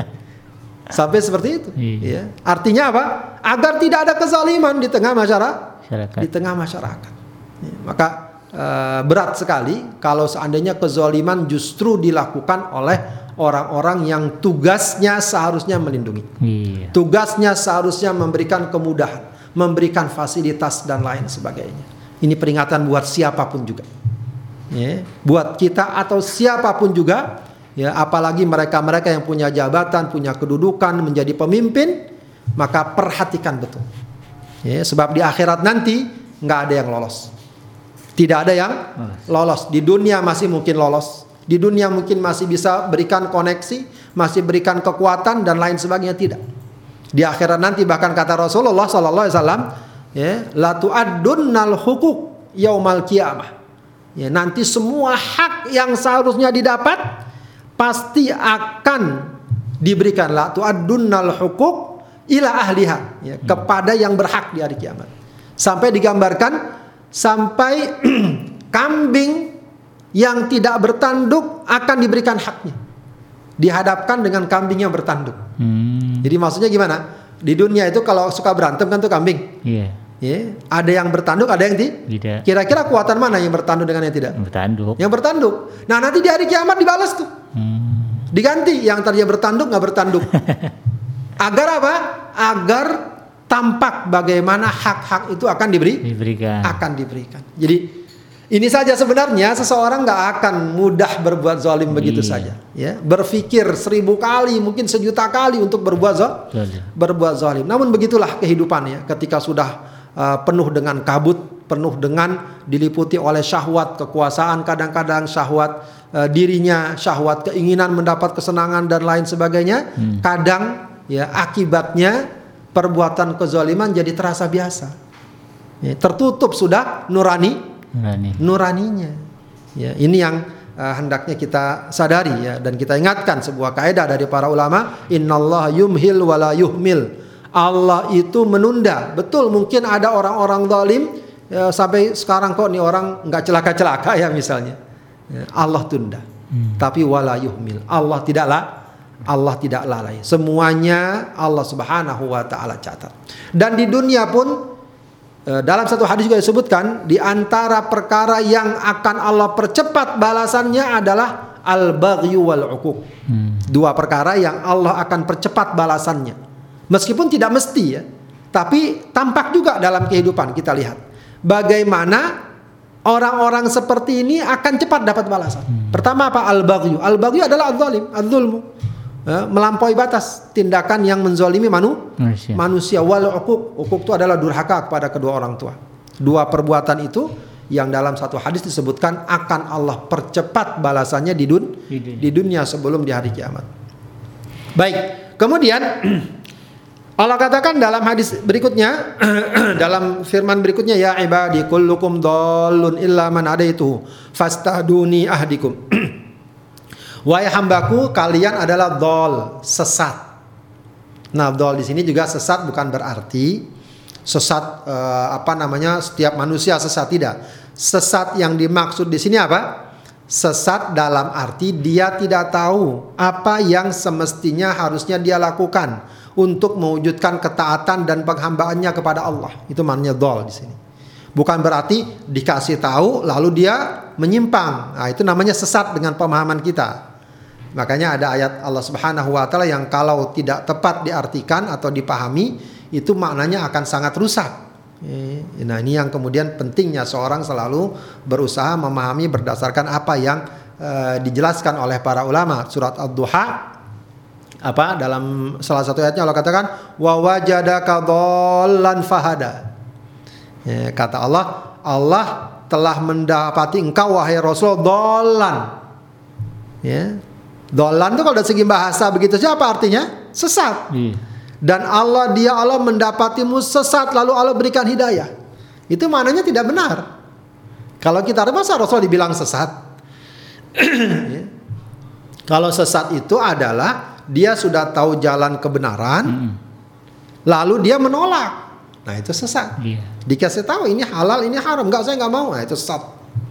Sampai seperti itu. Ya. Artinya apa? Agar tidak ada kezaliman di tengah masyarakat. Di tengah masyarakat. Ya. Maka berat sekali kalau seandainya kezaliman justru dilakukan oleh orang-orang yang tugasnya seharusnya melindungi. Tugasnya seharusnya memberikan kemudahan, memberikan fasilitas dan lain sebagainya. Ini peringatan buat siapapun juga, ya, buat kita atau siapapun juga, ya, apalagi mereka-mereka yang punya jabatan, punya kedudukan, menjadi pemimpin, maka perhatikan betul, ya, sebab di akhirat nanti nggak ada yang lolos, tidak ada yang lolos. Di dunia masih mungkin lolos, di dunia mungkin masih bisa berikan koneksi, masih berikan kekuatan dan lain sebagainya, tidak. Di akhirat nanti bahkan kata Rasulullah SAW. Ya, la tu'addunnal hukuk yaumal qiyamah. Ya, nanti semua hak yang seharusnya didapat pasti akan diberikan, la tu'addunnal hukuk ila ahliha, ya, kepada yang berhak di hari kiamat. Sampai digambarkan sampai kambing yang tidak bertanduk akan diberikan haknya. Dihadapkan dengan kambing yang bertanduk. Jadi maksudnya gimana? Di dunia itu kalau suka berantem kan tuh kambing. Ya, ada yang bertanduk, ada yang tidak. Kira-kira kekuatan mana yang bertanduk dengan yang tidak? Bertanduk. Yang bertanduk. Nah nanti di hari kiamat dibalas tuh. Diganti yang tadinya bertanduk nggak bertanduk. Agar apa? Agar tampak bagaimana hak-hak itu akan diberikan. Akan diberikan. Jadi ini saja sebenarnya seseorang nggak akan mudah berbuat zalim begitu saja. Ya, berpikir 1000 kali, mungkin 1.000.000 kali untuk berbuat zalim. Namun begitulah kehidupannya ketika sudah penuh dengan kabut, penuh dengan diliputi oleh syahwat kekuasaan, kadang-kadang syahwat dirinya, syahwat keinginan mendapat kesenangan dan lain sebagainya. Kadang ya akibatnya perbuatan kezaliman jadi terasa biasa. Ya, tertutup sudah nuraninya. Ya, ini yang hendaknya kita sadari ya, dan kita ingatkan sebuah kaidah dari para ulama, innallaha yumhil wala yuhmil. Allah itu menunda. Betul mungkin ada orang-orang zalim ya, sampai sekarang kok nih orang nggak celaka-celaka ya misalnya. Ya, Allah tunda. Tapi wala yuhmil. Allah tidak lalai. Semuanya Allah Subhanahu wa taala catat. Dan di dunia pun dalam satu hadis juga disebutkan di antara perkara yang akan Allah percepat balasannya adalah al-baghyu wal 'uquq. Dua perkara yang Allah akan percepat balasannya. Meskipun tidak mesti ya, tapi tampak juga dalam kehidupan kita lihat bagaimana orang-orang seperti ini akan cepat dapat balasan. Pertama apa? Al-baghyu. Al-baghyu adalah az-zalim, az-zulmu. Melampaui batas, tindakan yang menzalimi manusia. Wal 'uquq. 'Uquq itu adalah durhaka kepada kedua orang tua. Dua perbuatan itu yang dalam satu hadis disebutkan akan Allah percepat balasannya di dunia sebelum di hari kiamat. Baik, kemudian Allah katakan dalam hadis berikutnya, dalam firman berikutnya, ya ibadi kullukum dhallun illa man hadaitu fastahduni ahdikum. Wahai hambaku, kalian adalah dhall, sesat. Nah, dhall di sini juga sesat bukan berarti sesat setiap manusia sesat, tidak. Sesat yang dimaksud di sini apa? Sesat dalam arti dia tidak tahu apa yang semestinya harusnya dia lakukan untuk mewujudkan ketaatan dan penghambaannya kepada Allah. Itu maknanya dhal di sini. Bukan berarti dikasih tahu lalu dia menyimpang. Nah, itu namanya sesat dengan pemahaman kita. Makanya ada ayat Allah Subhanahu wa taala yang kalau tidak tepat diartikan atau dipahami, itu maknanya akan sangat rusak. Nah, ini yang kemudian pentingnya seorang selalu berusaha memahami berdasarkan apa yang dijelaskan oleh para ulama. Surat Ad-Duha, dalam salah satu ayatnya Allah katakan wa wajadaka dhallan fahada. Kata Allah telah mendapati engkau wahai Rasul dhallan. Dhallan itu kalau dari segi bahasa begitu saja apa artinya? Sesat. Dan Allah mendapatimu sesat lalu Allah berikan hidayah. Itu maknanya tidak benar. Kalau kita masa Rasul dibilang sesat? Kalau sesat itu adalah dia sudah tahu jalan kebenaran, lalu dia menolak. Nah, itu sesat. Dikasih tahu ini halal, ini haram, saya nggak mau. Nah, itu sesat.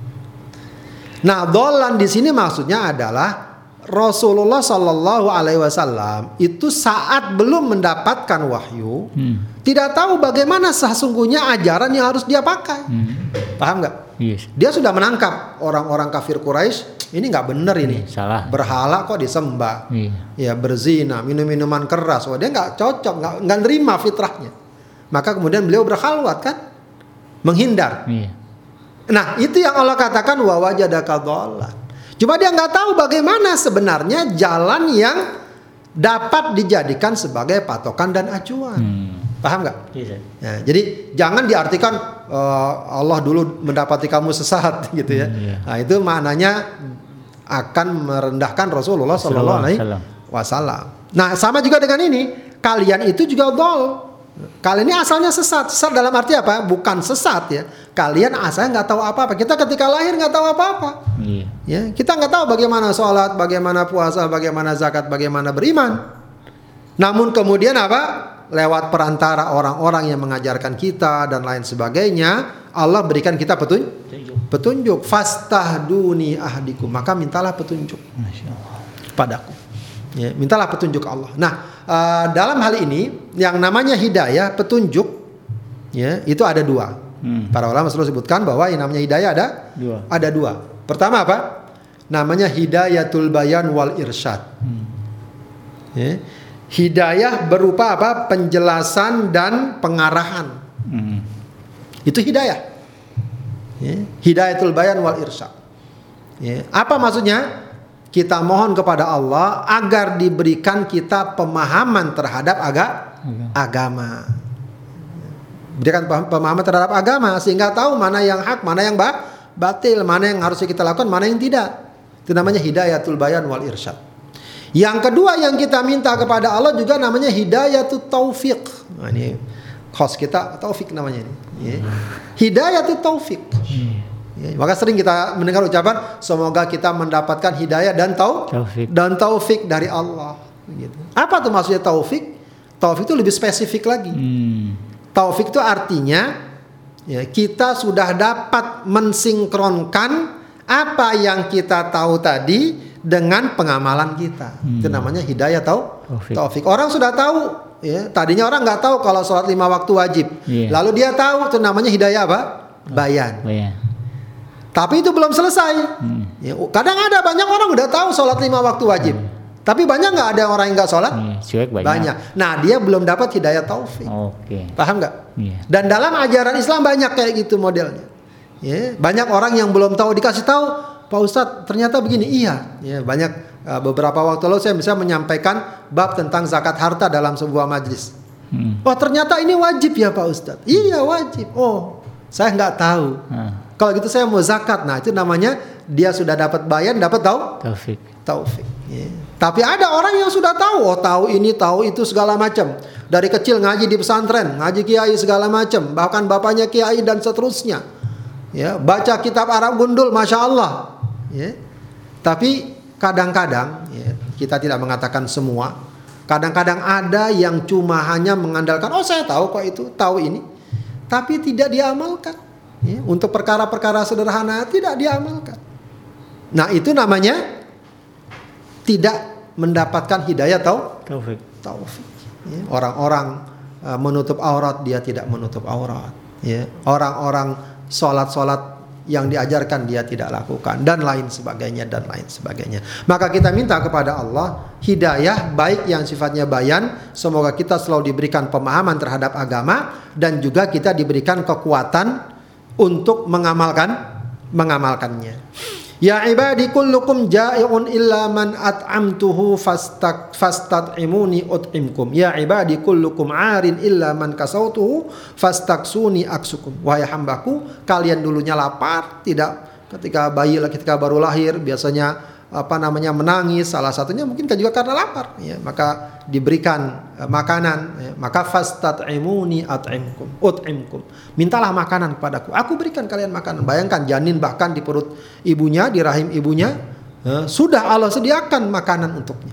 Nah, dhallan di sini maksudnya adalah Rasulullah Shallallahu Alaihi Wasallam itu saat belum mendapatkan wahyu, tidak tahu bagaimana sesungguhnya ajaran yang harus dia pakai. Paham nggak? Yes. Dia sudah menangkap orang-orang kafir Quraisy. Ini nggak benar ini. Salah. Berhala kok disembah. Ya, berzina, minum-minuman keras. Dia nggak cocok, nggak nerima fitrahnya. Maka kemudian beliau berkhalwat kan, menghindar. Nah, itu yang Allah katakan wa wajadaka dhallan. Cuma dia nggak tahu bagaimana sebenarnya jalan yang dapat dijadikan sebagai patokan dan acuan. Paham nggak? Ya, jadi jangan diartikan Allah dulu mendapati kamu sesat gitu ya. Nah, itu maknanya akan merendahkan Rasulullah Sallallahu Alaihi Wasallam. Nah, sama juga dengan ini, kalian itu juga dhal. Kalian ini asalnya sesat. Sesat dalam arti apa? Bukan sesat ya. Kalian asalnya nggak tahu apa-apa. Kita ketika lahir nggak tahu apa-apa. Ya, kita nggak tahu bagaimana sholat, bagaimana puasa, bagaimana zakat, bagaimana beriman. Namun kemudian apa? Lewat perantara orang-orang yang mengajarkan kita dan lain sebagainya, Allah berikan kita petunjuk. Fastahduni ahdikum, maka mintalah petunjuk padaku. Ya, mintalah petunjuk Allah. Nah, dalam hal ini yang namanya hidayah, petunjuk, ya, itu ada dua. Para ulama selalu sebutkan bahwa yang namanya hidayah ada dua. Pertama apa? Namanya hidayatul bayan wal irsyad. Ya. Hidayah berupa apa? Penjelasan dan pengarahan. Itu hidayah. Ya. Hidayatul bayan wal irsyad. Ya. Apa maksudnya? Kita mohon kepada Allah agar diberikan kita pemahaman terhadap agama. Berikan pemahaman terhadap agama sehingga tahu mana yang hak, mana yang batil, mana yang harus kita lakukan, mana yang tidak. Itu namanya hidayatul bayan wal irsyad. Yang kedua yang kita minta kepada Allah juga namanya hidayatut taufik. Nah, ini khos kita taufik namanya ini. Ya. Hidayatut taufik. Ya, maka sering kita mendengar ucapan semoga kita mendapatkan hidayah dan taufik dari Allah. Gitu. Apa tuh maksudnya taufik? Taufik itu lebih spesifik lagi. Taufik itu artinya ya, kita sudah dapat mensinkronkan apa yang kita tahu tadi dengan pengamalan kita. Itu namanya hidayah taufik. Orang sudah tahu. Ya, tadinya orang nggak tahu kalau sholat 5 waktu wajib. Lalu dia tahu, itu namanya hidayah apa? Bayan. Tapi itu belum selesai. Ya, kadang ada banyak orang udah tahu sholat 5 waktu wajib. Tapi banyak nggak ada orang yang nggak sholat? Banyak. Nah, dia belum dapat hidayah taufik. Paham nggak? Dan dalam ajaran Islam banyak kayak gitu modelnya. Ya, banyak orang yang belum tahu dikasih tahu, Pak Ustadz ternyata begini. Iya. Ya, banyak beberapa waktu lalu saya bisa menyampaikan bab tentang zakat harta dalam sebuah majlis. Wah, ternyata ini wajib ya Pak Ustadz. Iya wajib. Oh, saya nggak tahu. Kalau gitu saya mau zakat. Nah, itu namanya dia sudah dapat bayan, dapat taufik. Ya. Tapi ada orang yang sudah tahu, tahu ini, tahu itu segala macam. Dari kecil ngaji di pesantren, ngaji kiai segala macam, bahkan bapaknya kiai dan seterusnya. Ya, baca kitab Arab gundul, masya Allah. Ya. Tapi kadang-kadang, ya, kita tidak mengatakan semua. Kadang-kadang ada yang cuma hanya mengandalkan, oh saya tahu kok itu, tahu ini, tapi tidak diamalkan. Ya, untuk perkara-perkara sederhana tidak diamalkan. Nah itu namanya tidak mendapatkan hidayah taufik. Ya, orang-orang menutup aurat, dia tidak menutup aurat. Ya, orang-orang sholat yang diajarkan dia tidak lakukan, dan lain sebagainya. Maka kita minta kepada Allah hidayah, baik yang sifatnya bayan, semoga kita selalu diberikan pemahaman terhadap agama, dan juga kita diberikan kekuatan untuk mengamalkannya. Ya ibadi kullukum ja'i'un illa man at'amtuhu fastad'imuni ut'imkum. Ya ibadi kullukum 'arin illa man kasautuhu fastaksuni aksukum. Wahai hambaku, kalian dulunya lapar, tidak ketika baru lahir biasanya menangis, salah satunya mungkin juga karena lapar, ya, maka diberikan makanan, ya, maka fastad'imuni ut'imkum. Mintalah makanan kepadaku, aku berikan kalian makanan. Bayangkan janin bahkan di perut ibunya, di rahim ibunya, sudah Allah sediakan makanan untuknya.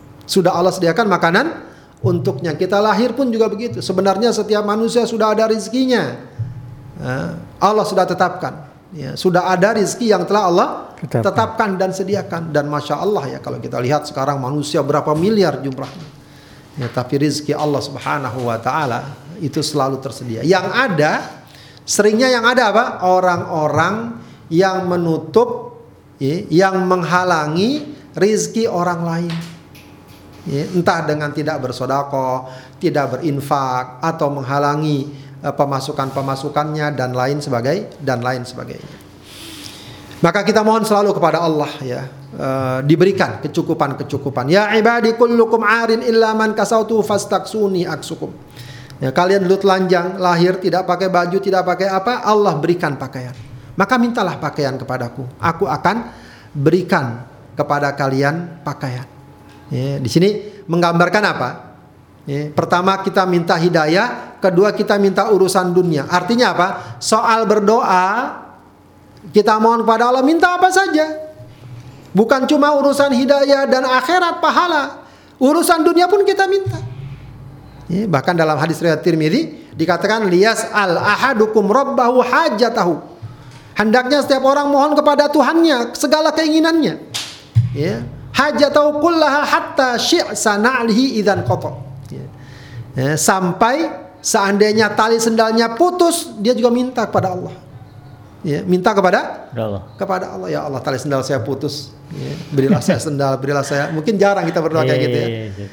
Kita lahir pun juga begitu. Sebenarnya setiap manusia sudah ada rezekinya. Allah sudah tetapkan. Ya, sudah ada rezeki yang telah Allah tetapkan dan sediakan. Dan masya Allah ya, kalau kita lihat sekarang manusia berapa miliar jumlahnya, ya, tapi rezeki Allah subhanahu wa ta'ala itu selalu tersedia. Seringnya yang ada apa? Orang-orang yang menutup, ya, yang menghalangi rezeki orang lain, ya, entah dengan tidak bersedekah, tidak berinfak, atau menghalangi pemasukannya dan lain sebagainya. Maka kita mohon selalu kepada Allah, ya, diberikan kecukupan. Ya ibadi kullukum 'arin illa man kasautu fastaksuni aksukum. Ya, kalian dulu telanjang, lahir tidak pakai baju, tidak pakai apa, Allah berikan pakaian. Maka mintalah pakaian kepadaku, aku akan berikan kepada kalian pakaian. Ya, di sini menggambarkan apa? Ya, pertama kita minta hidayah, kedua kita minta urusan dunia. Artinya apa? Soal berdoa, kita mohon kepada Allah minta apa saja. Bukan cuma urusan hidayah dan akhirat pahala, urusan dunia pun kita minta. Ya, bahkan dalam hadis riwayat Tirmidzi dikatakan liyas'al ahadukum rabbahu hajatahu. Hendaknya setiap orang mohon kepada Tuhannya segala keinginannya. Ya, hajatahu kullaha hatta syi'sa na'lihi idzan qata. Ya, sampai seandainya tali sendalnya putus, dia juga minta kepada Allah. Ya, minta kepada Allah. Ya Allah, tali sendal saya putus. Ya, berilah saya sendal, berilah saya. Mungkin jarang kita berdoa kayak gitu ya.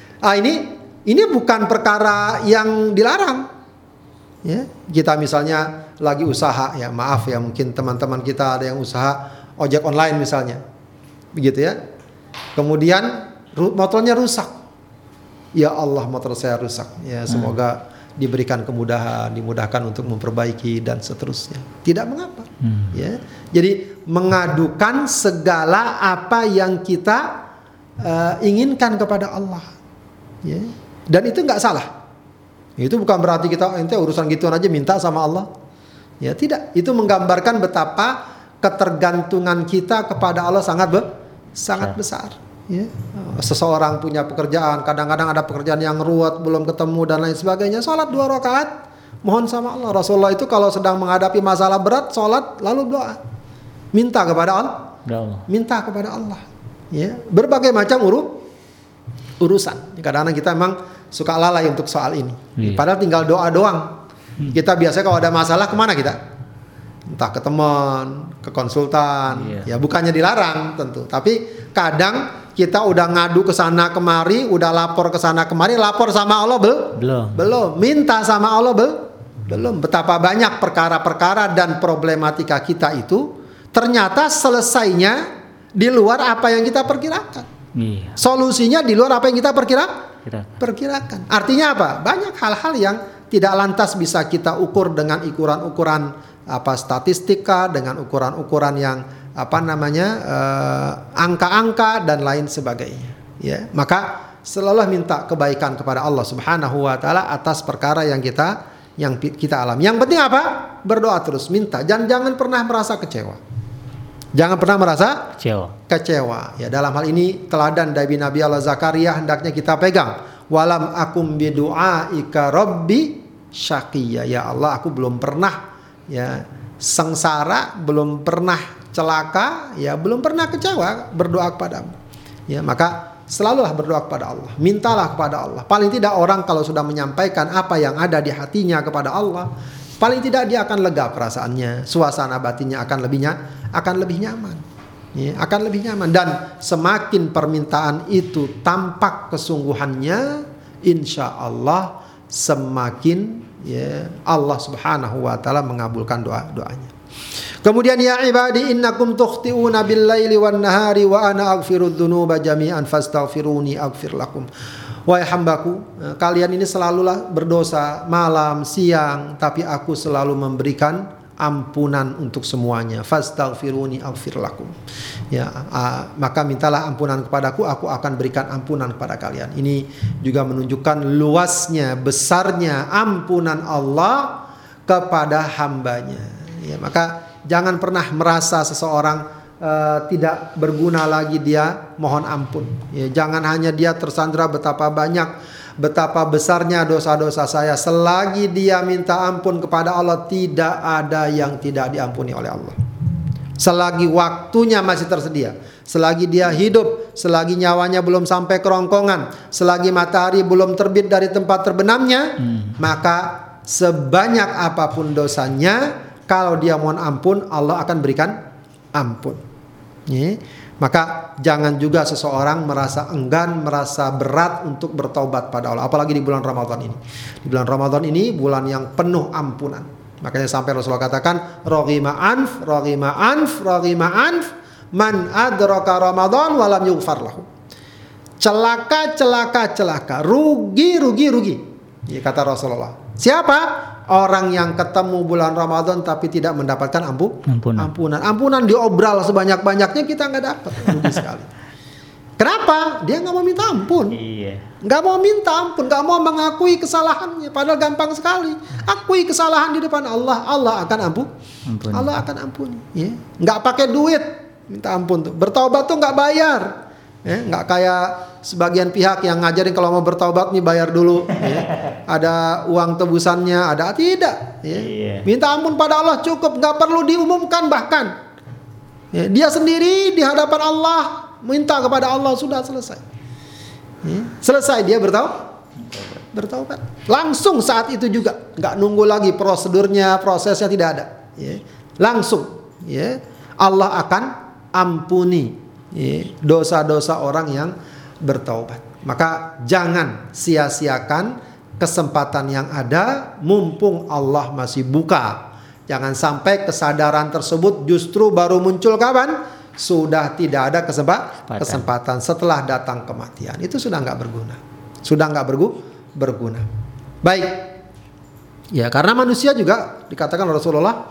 Ini bukan perkara yang dilarang. Ya, kita misalnya lagi usaha, ya maaf ya, mungkin teman-teman kita ada yang usaha ojek online misalnya, begitu ya. Kemudian motornya rusak. Ya Allah, motor saya rusak. Ya, semoga diberikan kemudahan, dimudahkan untuk memperbaiki dan seterusnya. Tidak mengapa. Ya. Jadi mengadukan segala apa yang kita inginkan kepada Allah. Ya. Dan itu nggak salah. Itu bukan berarti kita ente urusan gituan aja minta sama Allah. Ya, tidak. Itu menggambarkan betapa ketergantungan kita kepada Allah sangat besar. Ya. Seseorang punya pekerjaan, kadang-kadang ada pekerjaan yang ruwet, belum ketemu dan lain sebagainya, sholat 2 rakaat, mohon sama Allah. Rasulullah itu kalau sedang menghadapi masalah berat, sholat lalu doa, minta kepada Allah. Ya. Berbagai macam urusan. Kadang-kadang kita memang suka lalai untuk soal ini. Padahal tinggal doa doang. Kita biasanya kalau ada masalah kemana kita? Entah ke teman, ke konsultan. Ya bukannya dilarang tentu, tapi kadang kita udah ngadu ke sana kemari, udah lapor ke sana kemari, lapor sama Allah belum. Minta sama Allah belum. Betapa banyak perkara-perkara dan problematika kita itu ternyata selesainya di luar apa yang kita perkirakan. Solusinya di luar apa yang kita perkirakan. Artinya apa? Banyak hal-hal yang tidak lantas bisa kita ukur dengan ukuran-ukuran statistika, dengan ukuran-ukuran yang angka-angka dan lain sebagainya. Ya, maka selalu minta kebaikan kepada Allah Subhanahu wa taala atas perkara yang kita alami. Yang penting apa? Berdoa terus, minta. Jangan pernah merasa kecewa. Jangan pernah merasa kecewa. Ya, dalam hal ini teladan dari Nabi Allah Zakaria hendaknya kita pegang. Walam akum bidu'aika rabbi syaqiyya. Ya Allah, aku belum pernah sengsara, belum pernah celaka, belum pernah kecewa berdoa kepadamu. Ya, maka selalulah berdoa kepada Allah, mintalah kepada Allah. Paling tidak orang kalau sudah menyampaikan apa yang ada di hatinya kepada Allah, paling tidak dia akan lega perasaannya, suasana batinnya akan lebih nyaman. Ya, akan lebih nyaman. Dan semakin permintaan itu tampak kesungguhannya, insya Allah semakin Allah Subhanahu wa taala mengabulkan doanya. Kemudian ya ibadi innakum tukhti'una bil-laili wan-nahari wa ana aghfirudz dzunuba jami'an fastaghfiruni aghfir lakum. Wahai hambaku, kalian ini selalulah berdosa malam, siang, tapi aku selalu memberikan ampunan untuk semuanya. Fastaghfiruni aghfir lakum. Ya, maka mintalah ampunan kepadaku, aku akan berikan ampunan kepada kalian. Ini juga menunjukkan luasnya, besarnya ampunan Allah kepada hambanya. Ya, maka jangan pernah merasa seseorang tidak berguna lagi dia mohon ampun. Ya, jangan hanya dia tersandera betapa besarnya dosa-dosa saya. Selagi dia minta ampun kepada Allah, tidak ada yang tidak diampuni oleh Allah. Selagi waktunya masih tersedia, selagi dia hidup, selagi nyawanya belum sampai kerongkongan, selagi matahari belum terbit dari tempat terbenamnya, maka sebanyak apapun dosanya, kalau dia mohon ampun, Allah akan berikan ampun. Ya. Maka jangan juga seseorang merasa enggan, merasa berat untuk bertaubat pada Allah. Apalagi di bulan Ramadan ini. Di bulan Ramadan ini bulan yang penuh ampunan. Makanya sampai Rasulullah katakan, Raghima anf, man adraka Ramadan walam yughfar lahu. Celaka, rugi. Ya, kata Rasulullah. Siapa? Orang yang ketemu bulan Ramadan tapi tidak mendapatkan ampunan. Ampunan diobral sebanyak-banyaknya, kita nggak dapat. Rugi sekali. Kenapa? Dia nggak mau minta ampun. Nggak mau minta ampun, nggak mau mengakui kesalahannya. Padahal gampang sekali. Akui kesalahan di depan Allah, Allah akan ampuni. Allah akan ampuni. Ya. Nggak pakai duit minta ampun tuh. Bertaubat tuh nggak bayar. Ya, nggak kayak sebagian pihak yang ngajarin kalau mau bertaubat nih bayar dulu. Ya. Ada uang tebusannya, ada tidak. Ya. Minta ampun pada Allah cukup, nggak perlu diumumkan bahkan. Ya, dia sendiri di hadapan Allah minta kepada Allah, sudah selesai. Ya. Selesai dia bertaubat. Langsung saat itu juga, nggak nunggu lagi prosedurnya, prosesnya tidak ada. Ya. Langsung, ya. Allah akan ampuni dosa-dosa orang yang bertaubat. Maka jangan sia-siakan kesempatan yang ada mumpung Allah masih buka. Jangan sampai kesadaran tersebut justru baru muncul kapan? Sudah tidak ada kesempatan setelah datang kematian. Itu sudah nggak berguna. Berguna. Baik. Ya, karena manusia juga dikatakan Rasulullah,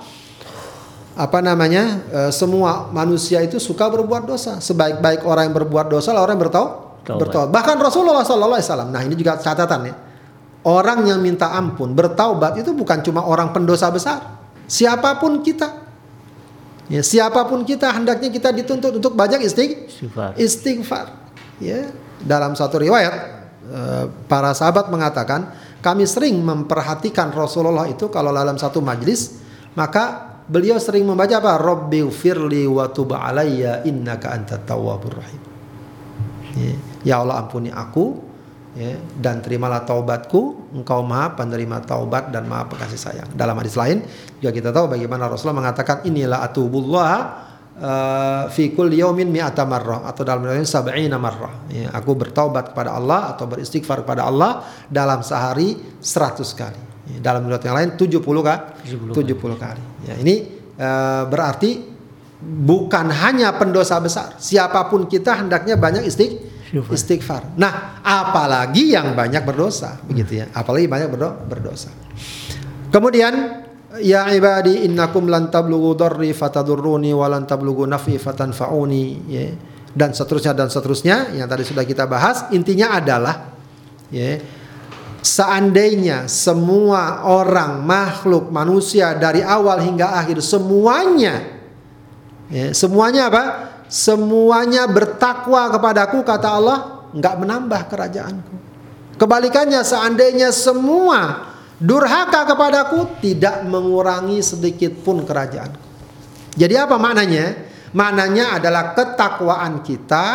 semua manusia itu suka berbuat dosa. Sebaik-baik orang yang berbuat dosa adalah orang yang bertaubat. Bahkan Rasulullah SAW. Nah, ini juga catatan ya. Orang yang minta ampun, bertaubat itu bukan cuma orang pendosa besar. Siapapun kita. Ya, siapapun kita hendaknya kita dituntut untuk banyak istighfar. Ya, dalam satu riwayat para sahabat mengatakan, kami sering memperhatikan Rasulullah itu kalau dalam satu majlis, maka beliau sering membaca apa? Rabbighfirli wa tub alayya innaka antat tawwabur rahim. Ya Allah, ampuni aku, ya, dan terimalah taubatku, engkau maha penerima taubat dan maha pengasih sayang. Dalam hadis lain juga kita tahu bagaimana Rasulullah mengatakan inilah atubullah fi kulli yaumin mi'ata marrah, atau dalam riwayat 70 marrah. Ya, aku bertaubat kepada Allah atau beristighfar kepada Allah dalam sehari 100 kali. Dalam riwayat yang lain 70 kali. Ya, ini berarti bukan hanya pendosa besar. Siapapun kita hendaknya banyak istighfar. Nah, apalagi yang banyak berdosa, begitu ya. Apalagi banyak berdosa. Kemudian Ya ibadi innakum lan tablughu dharri fatadurruni wa lan tablughu naf'i fatanfa'uni, ya. Dan seterusnya yang tadi sudah kita bahas. Intinya adalah, ya, seandainya semua orang, makhluk, manusia dari awal hingga akhir semuanya, ya, semuanya apa? Semuanya bertakwa kepadaku, kata Allah, enggak menambah kerajaanku. Kebalikannya, seandainya semua durhaka kepadaku, tidak mengurangi sedikit pun kerajaanku. Jadi apa maknanya? Maknanya adalah ketakwaan kita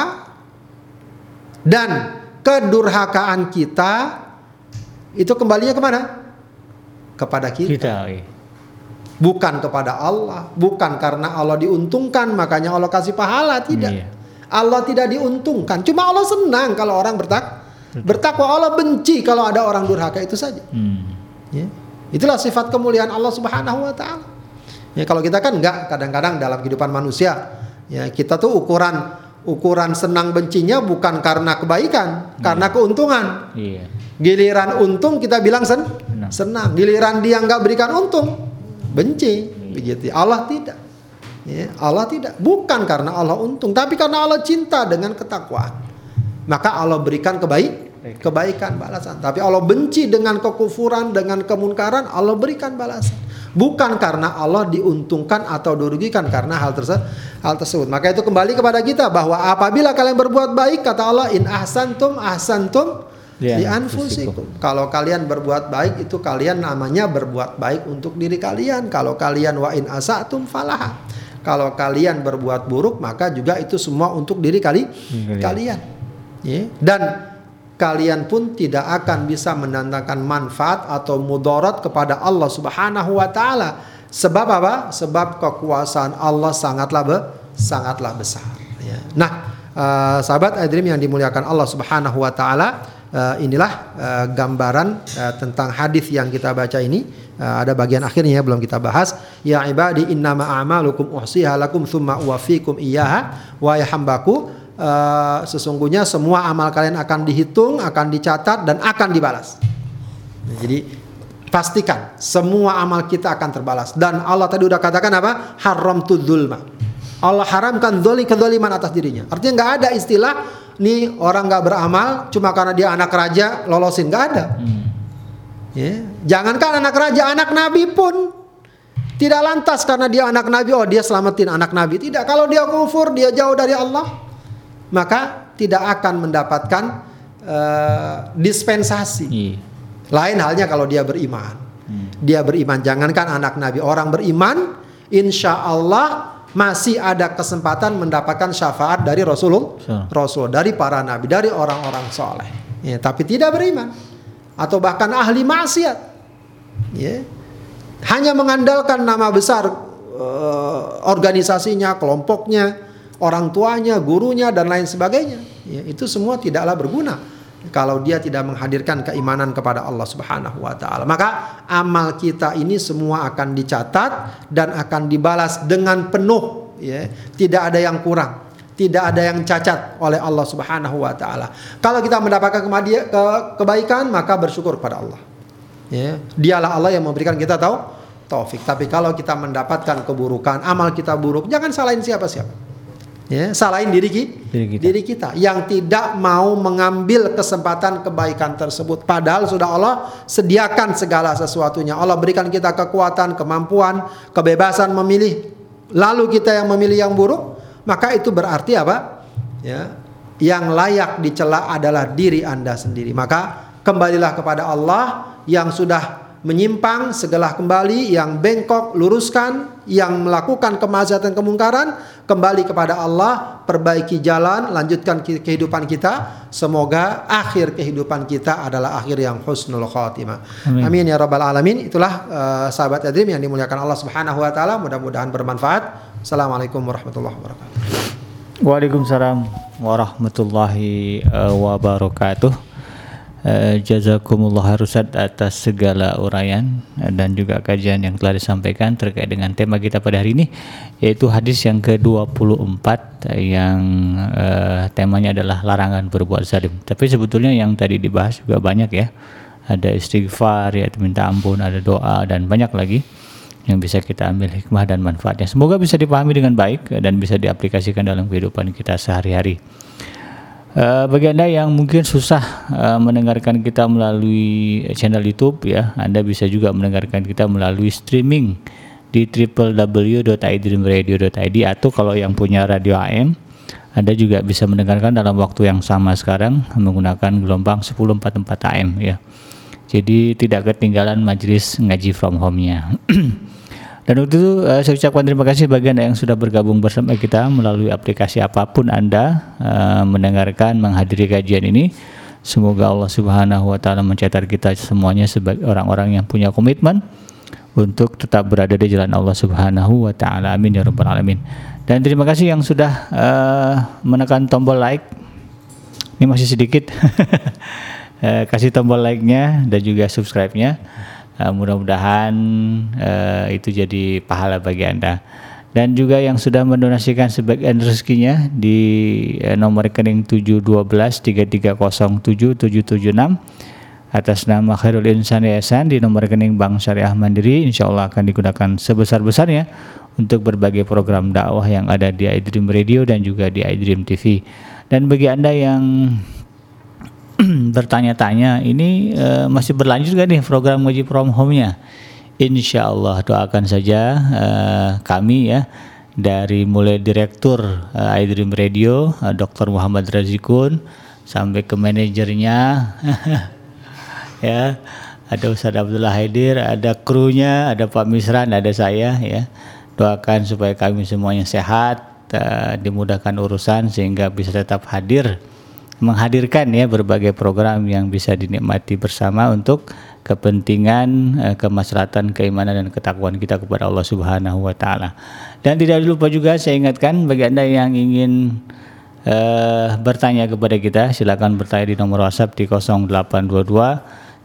dan kedurhakaan kita itu kembalinya kemana? Kepada kita. Bukan kepada Allah. Bukan karena Allah diuntungkan makanya Allah kasih pahala, tidak. Iya. Allah tidak diuntungkan. Cuma Allah senang kalau orang bertakwa. Allah benci kalau ada orang durhaka, itu saja. Ya. Itulah sifat kemuliaan Allah Subhanahu wa taala. Ya, kalau kita kan enggak, kadang-kadang dalam kehidupan manusia, ya, kita tuh ukuran senang bencinya bukan karena kebaikan, karena keuntungan. Iya. Giliran untung kita bilang senang. Giliran dia enggak berikan untung, benci. Begitu. Allah tidak. Ya, Allah tidak. Bukan karena Allah untung, tapi karena Allah cinta dengan ketakwaan. Maka Allah berikan kebaikan, balasan. Tapi Allah benci dengan kekufuran, dengan kemunkaran, Allah berikan balasan. Bukan karena Allah diuntungkan atau dirugikan karena hal tersebut. Maka itu kembali kepada kita bahwa apabila kalian berbuat baik, kata Allah, in ahsantum li anfusikum. Kalau kalian berbuat baik, itu kalian namanya berbuat baik untuk diri kalian. Kalau kalian wa in asatum falaha. Kalau kalian berbuat buruk, maka juga itu semua untuk diri kalian. Ya. Dan kalian pun tidak akan bisa mendatangkan manfaat atau mudarat kepada Allah Subhanahu wa taala. Sebab apa? Sebab kekuasaan Allah sangatlah besar, ya. Nah, sahabat Adrim yang dimuliakan Allah Subhanahu wa taala, inilah gambaran tentang hadis yang kita baca ini. Ada bagian akhirnya belum kita bahas. Ya ibadi innama a'malukum uhsiha lakum thumma uwaffikum iyyaha. Wa ya hambaku, sesungguhnya semua amal kalian akan dihitung, akan dicatat, dan akan dibalas. Jadi pastikan semua amal kita akan terbalas. Dan Allah tadi udah katakan apa? Haramtu dzulma. Allah haramkan kezaliman atas dirinya. Artinya nggak ada istilah nih orang nggak beramal cuma karena dia anak raja lolosin, nggak ada. Ya. Jangankan anak raja, anak nabi pun tidak lantas karena dia anak nabi, oh dia selamatin anak nabi. Tidak. Kalau dia kufur, dia jauh dari Allah, maka tidak akan mendapatkan dispensasi. Lain halnya kalau dia beriman. Dia beriman, jangankan anak nabi, orang beriman, insya Allah masih ada kesempatan mendapatkan syafaat dari Rasul, dari para nabi, dari orang-orang soleh. Ya, tapi tidak beriman atau bahkan ahli maksiat, ya, hanya mengandalkan nama besar organisasinya, kelompoknya, orang tuanya, gurunya, dan lain sebagainya. Ya, itu semua tidaklah berguna kalau dia tidak menghadirkan keimanan kepada Allah Subhanahu wa taala. Maka amal kita ini semua akan dicatat dan akan dibalas dengan penuh, ya. Tidak ada yang kurang, tidak ada yang cacat oleh Allah Subhanahu wa taala. Kalau kita mendapatkan kebaikan, maka bersyukur kepada Allah. Ya, dialah Allah yang memberikan kita taufik. Tapi kalau kita mendapatkan keburukan, amal kita buruk, jangan salahin siapa-siapa. Ya, salahin diri kita yang tidak mau mengambil kesempatan kebaikan tersebut. Padahal sudah Allah sediakan segala sesuatunya. Allah berikan kita kekuatan, kemampuan, kebebasan memilih. Lalu kita yang memilih yang buruk, maka itu berarti apa? Ya, yang layak dicela adalah diri Anda sendiri. Maka kembalilah kepada Allah. Yang sudah menyimpang segala kembali, yang bengkok luruskan, yang melakukan kemaksiatan kemungkaran kembali kepada Allah, perbaiki jalan, lanjutkan kehidupan kita. Semoga akhir kehidupan kita adalah akhir yang husnul khatimah. Amin ya rabbal alamin. Itulah sahabat Adrim yang dimuliakan Allah Subhanahu wa taala, mudah-mudahan bermanfaat. Assalamualaikum warahmatullahi wabarakatuh. Waalaikumsalam warahmatullahi wabarakatuh. Jazakumullah Ustaz atas segala uraian dan juga kajian yang telah disampaikan terkait dengan tema kita pada hari ini, yaitu hadis yang ke-24 yang temanya adalah larangan berbuat zalim. Tapi sebetulnya yang tadi dibahas juga banyak, ya. Ada istighfar, ya, minta ampun, ada doa, dan banyak lagi. yang bisa kita ambil hikmah dan manfaatnya. Semoga bisa dipahami dengan baik dan bisa diaplikasikan dalam kehidupan kita sehari-hari. Bagi Anda yang mungkin susah mendengarkan kita melalui channel YouTube ya, Anda bisa juga mendengarkan kita melalui streaming di www.iDreamRadio.id, atau kalau yang punya radio AM, Anda juga bisa mendengarkan dalam waktu yang sama sekarang menggunakan gelombang 1044 AM ya. Jadi tidak ketinggalan majelis ngaji from home-nya. Dan untuk itu saya ucapkan terima kasih bagi Anda yang sudah bergabung bersama kita melalui aplikasi apapun Anda mendengarkan, menghadiri kajian ini. Semoga Allah Subhanahu wa taala mencetak kita semuanya sebagai orang-orang yang punya komitmen untuk tetap berada di jalan Allah Subhanahu wa taala. Amin ya rabbal alamin. Dan terima kasih yang sudah menekan tombol like. Ini masih sedikit. Kasih tombol like-nya dan juga subscribe-nya. Mudah-mudahan itu jadi pahala bagi Anda. Dan juga yang sudah mendonasikan sebagian rezekinya di nomor rekening 712-3307-776 atas nama Khairul Insan Yayasan di nomor rekening Bank Syariah Mandiri, insya Allah akan digunakan sebesar-besarnya untuk berbagai program dakwah yang ada di iDream Radio dan juga di iDream TV. Dan bagi Anda yang bertanya-tanya, ini masih berlanjut gak nih program ngaji from home-nya? Insya Allah doakan saja kami ya, dari mulai direktur iDream Radio Dr. Muhammad Razikun sampai ke manajernya ya, ada Ustadz Abdullah Haidir, ada krunya, ada Pak Misran, ada saya ya. Doakan supaya kami semuanya sehat, dimudahkan urusan sehingga bisa tetap menghadirkan ya berbagai program yang bisa dinikmati bersama untuk kepentingan kemaslahatan, keimanan dan ketakwaan kita kepada Allah Subhanahu wa taala. Dan tidak lupa juga saya ingatkan bagi Anda yang ingin bertanya kepada kita, silakan bertanya di nomor WhatsApp di 0822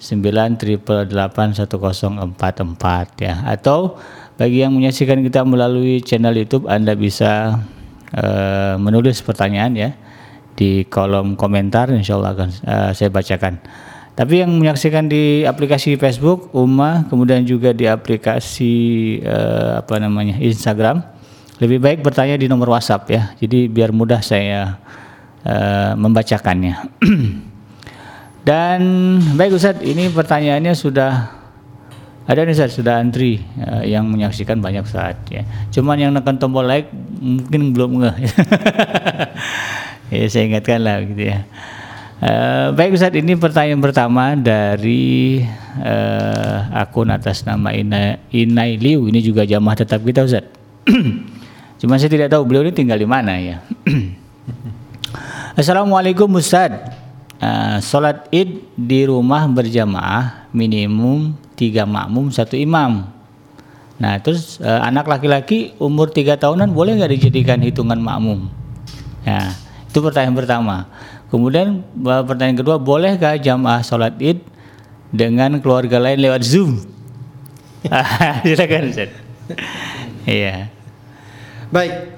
9881044 ya. Atau bagi yang menyaksikan kita melalui channel YouTube, Anda bisa menulis pertanyaan ya di kolom komentar, insya Allah akan saya bacakan. Tapi yang menyaksikan di aplikasi Facebook Ummah, kemudian juga di aplikasi Instagram, lebih baik bertanya di nomor WhatsApp ya. Jadi biar mudah saya membacakannya. Dan baik Ustadz, ini pertanyaannya sudah ada nih Ustadz, sudah antri yang menyaksikan banyak saat ya. Cuman yang nekan tombol like mungkin belum ngeh. Ya, saya ingatkan lah gitu ya. Baik Ustadz, ini pertanyaan pertama dari akun atas nama Inai Liu. Ini juga jamaah tetap kita Ustadz. Cuma saya tidak tahu beliau ini tinggal di mana ya. Assalamualaikum Ustadz. Sholat id di rumah berjamaah minimum 3 makmum 1 imam. Nah terus anak laki-laki umur 3 tahunan boleh nggak dijadikan hitungan makmum? Nah itu pertanyaan pertama. Kemudian pertanyaan kedua, bolehkah jamaah sholat id dengan keluarga lain lewat Zoom? Silakan Ustaz. Iya. Baik,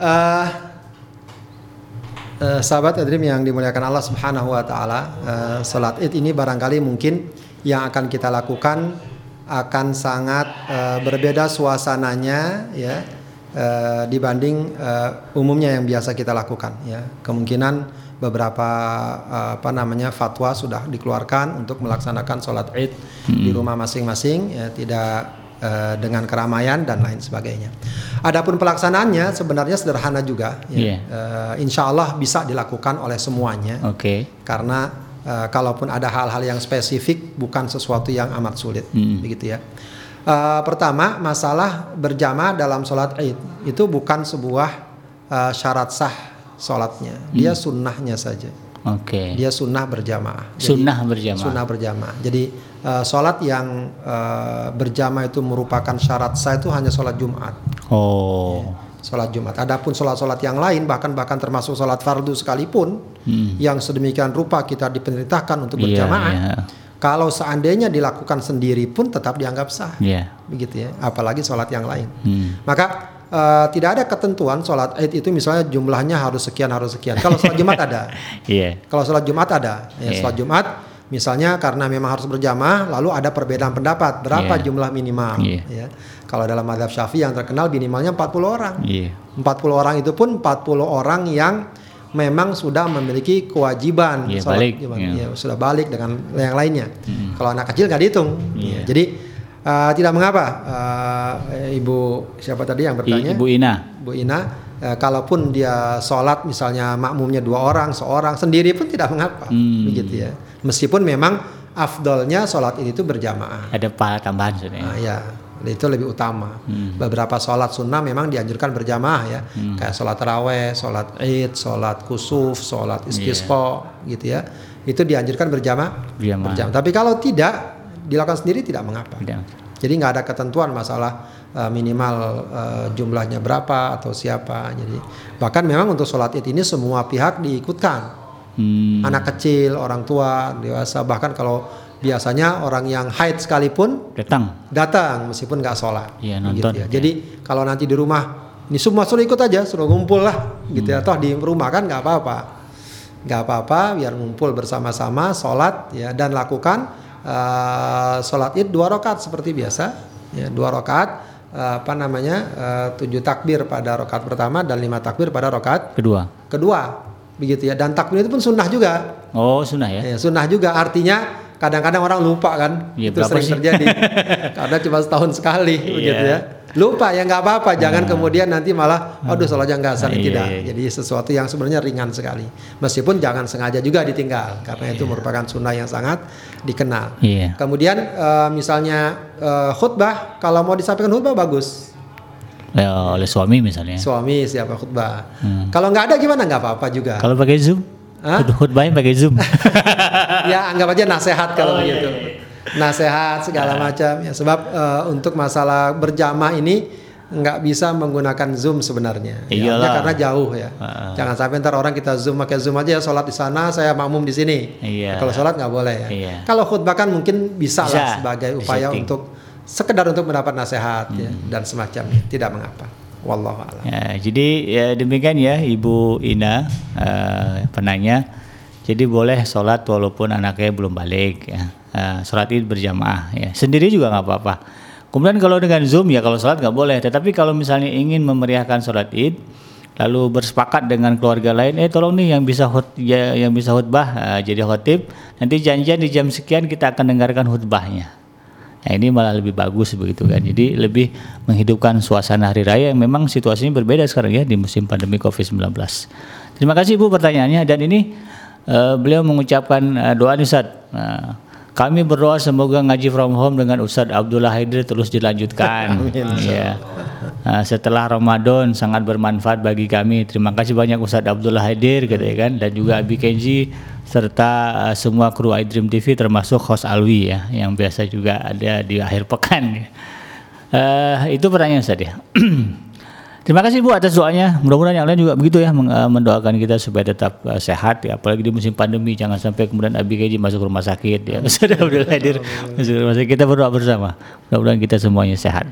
sahabat iDream yang dimuliakan Allah Subhanahu wa taala, sholat id ini barangkali mungkin yang akan kita lakukan akan sangat berbeda suasananya ya, dibanding umumnya yang biasa kita lakukan ya. Kemungkinan beberapa fatwa sudah dikeluarkan untuk melaksanakan sholat id di rumah masing-masing ya, tidak dengan keramaian dan lain sebagainya. Adapun pelaksanaannya sebenarnya sederhana juga ya. Insya Allah bisa dilakukan oleh semuanya. Karena kalaupun ada hal-hal yang spesifik bukan sesuatu yang amat sulit begitu ya. Pertama, masalah berjamaah dalam sholat id itu bukan sebuah syarat sah sholatnya, dia sunnahnya saja. Dia sunnah berjamaah. Sunnah berjamaah. Jadi sholat yang berjamaah itu merupakan syarat sah itu hanya sholat Jumat. Sholat Jumat. Adapun sholat-sholat yang lain bahkan termasuk sholat fardu sekalipun yang sedemikian rupa kita diperintahkan untuk berjamaah. Kalau seandainya dilakukan sendiri pun tetap dianggap sah, begitu ya. Apalagi sholat yang lain. Maka tidak ada ketentuan sholat id itu misalnya jumlahnya harus sekian. Kalau sholat Jumat ada. Kalau sholat Jumat ada. Sholat Jumat Misalnya karena memang harus berjamaah, lalu ada perbedaan pendapat berapa jumlah minimal. Ya. Kalau dalam mazhab Syafi'i yang terkenal minimalnya 40 orang. 40 orang itu pun 40 orang yang memang sudah memiliki kewajiban sholat sudah balik dengan yang lainnya. Kalau anak kecil nggak dihitung. Jadi tidak mengapa. Ibu siapa tadi yang bertanya? Ibu Ina. Kalaupun dia sholat misalnya makmumnya 2 orang, seorang sendiri pun tidak mengapa, begitu ya. Meskipun memang afdolnya sholat itu berjamaah. Ada pahala tambahan sebenarnya. Itu lebih utama. Beberapa sholat sunnah memang dianjurkan berjamaah ya, kayak sholat taraweh, sholat id, sholat kusuf, sholat istisqa gitu ya. Itu dianjurkan berjamaah. Tapi kalau tidak dilakukan sendiri tidak mengapa. Jadi nggak ada ketentuan masalah minimal jumlahnya berapa atau siapa. Jadi bahkan memang untuk sholat id ini semua pihak diikutkan. Anak kecil, orang tua, dewasa, bahkan kalau biasanya orang yang haid sekalipun datang meskipun nggak sholat. Nonton. Gitu ya. Jadi kalau nanti di rumah ini semua suruh ikut aja, suruh ngumpul lah, gitu ya. Toh di rumah kan nggak apa-apa, biar ngumpul bersama-sama sholat ya, dan lakukan sholat id 2 rakaat seperti biasa, ya, 2 rakaat 7 takbir pada rakaat pertama dan 5 takbir pada rakaat kedua. Begitu ya, dan takbir itu pun sunnah juga. Sunnah ya? Sunnah juga, artinya kadang-kadang orang lupa kan, itu sering terjadi karena cuma setahun sekali, begitu ya. Lupa ya nggak apa-apa, jangan kemudian nanti malah, aduh sholatnya nggak sah, tidak. Jadi sesuatu yang sebenarnya ringan sekali, meskipun jangan sengaja juga ditinggal, karena itu merupakan sunnah yang sangat dikenal. Kemudian misalnya khutbah, kalau mau disampaikan khutbah bagus. Oleh suami misalnya. Suami siapa khutbah. Kalau nggak ada gimana, nggak apa-apa juga. Kalau pakai Zoom? Khutbahnya pakai Zoom. Ya anggap aja nasihat kalau begitu. Nasihat segala macam ya. Sebab untuk masalah berjamaah ini nggak bisa menggunakan Zoom sebenarnya. Ya, karena jauh ya. Jangan sampai ntar orang kita Zoom, pakai Zoom aja ya, sholat di sana, saya makmum di sini. Kalau sholat nggak boleh ya. Kalau khutbah kan mungkin bisa lah sebagai upaya untuk sekedar untuk mendapat nasihat ya, dan semacamnya, tidak mengapa. Wallahu a'lam. Jadi demikian ya Ibu Ina penanya. Jadi boleh sholat walaupun anaknya belum balik ya. Sholat id berjamaah ya. Sendiri juga nggak apa-apa. Kemudian kalau dengan Zoom ya, kalau sholat nggak boleh. Tetapi kalau misalnya ingin memeriahkan sholat id, lalu bersepakat dengan keluarga lain, tolong nih yang bisa khutbah jadi khotib, nanti janjian di jam sekian kita akan dengarkan khutbahnya. Nah, ini malah lebih bagus begitu kan. Jadi lebih menghidupkan suasana hari raya yang memang situasinya berbeda sekarang ya di musim pandemi Covid-19. Terima kasih Ibu pertanyaannya, dan ini beliau mengucapkan doa nih Ustaz. Kami berdoa semoga ngaji from home dengan Ustaz Abdullah Haidir terus dilanjutkan. Ya. Setelah Ramadan sangat bermanfaat bagi kami. Terima kasih banyak Ustaz Abdullah Haidir gitu ya kan, dan juga Abi Kenji serta semua kru iDream TV termasuk host Alwi ya yang biasa juga ada di akhir pekan. Itu pertanyaan saya. Terima kasih Bu atas doanya. Mudah-mudahan yang lain juga begitu ya, mendoakan kita supaya tetap sehat ya, apalagi di musim pandemi. Jangan sampai kemudian Abi Kenji masuk rumah sakit ya. Sudah hadir masuk rumah sakit. Kita berdoa bersama. Mudah-mudahan kita semuanya sehat.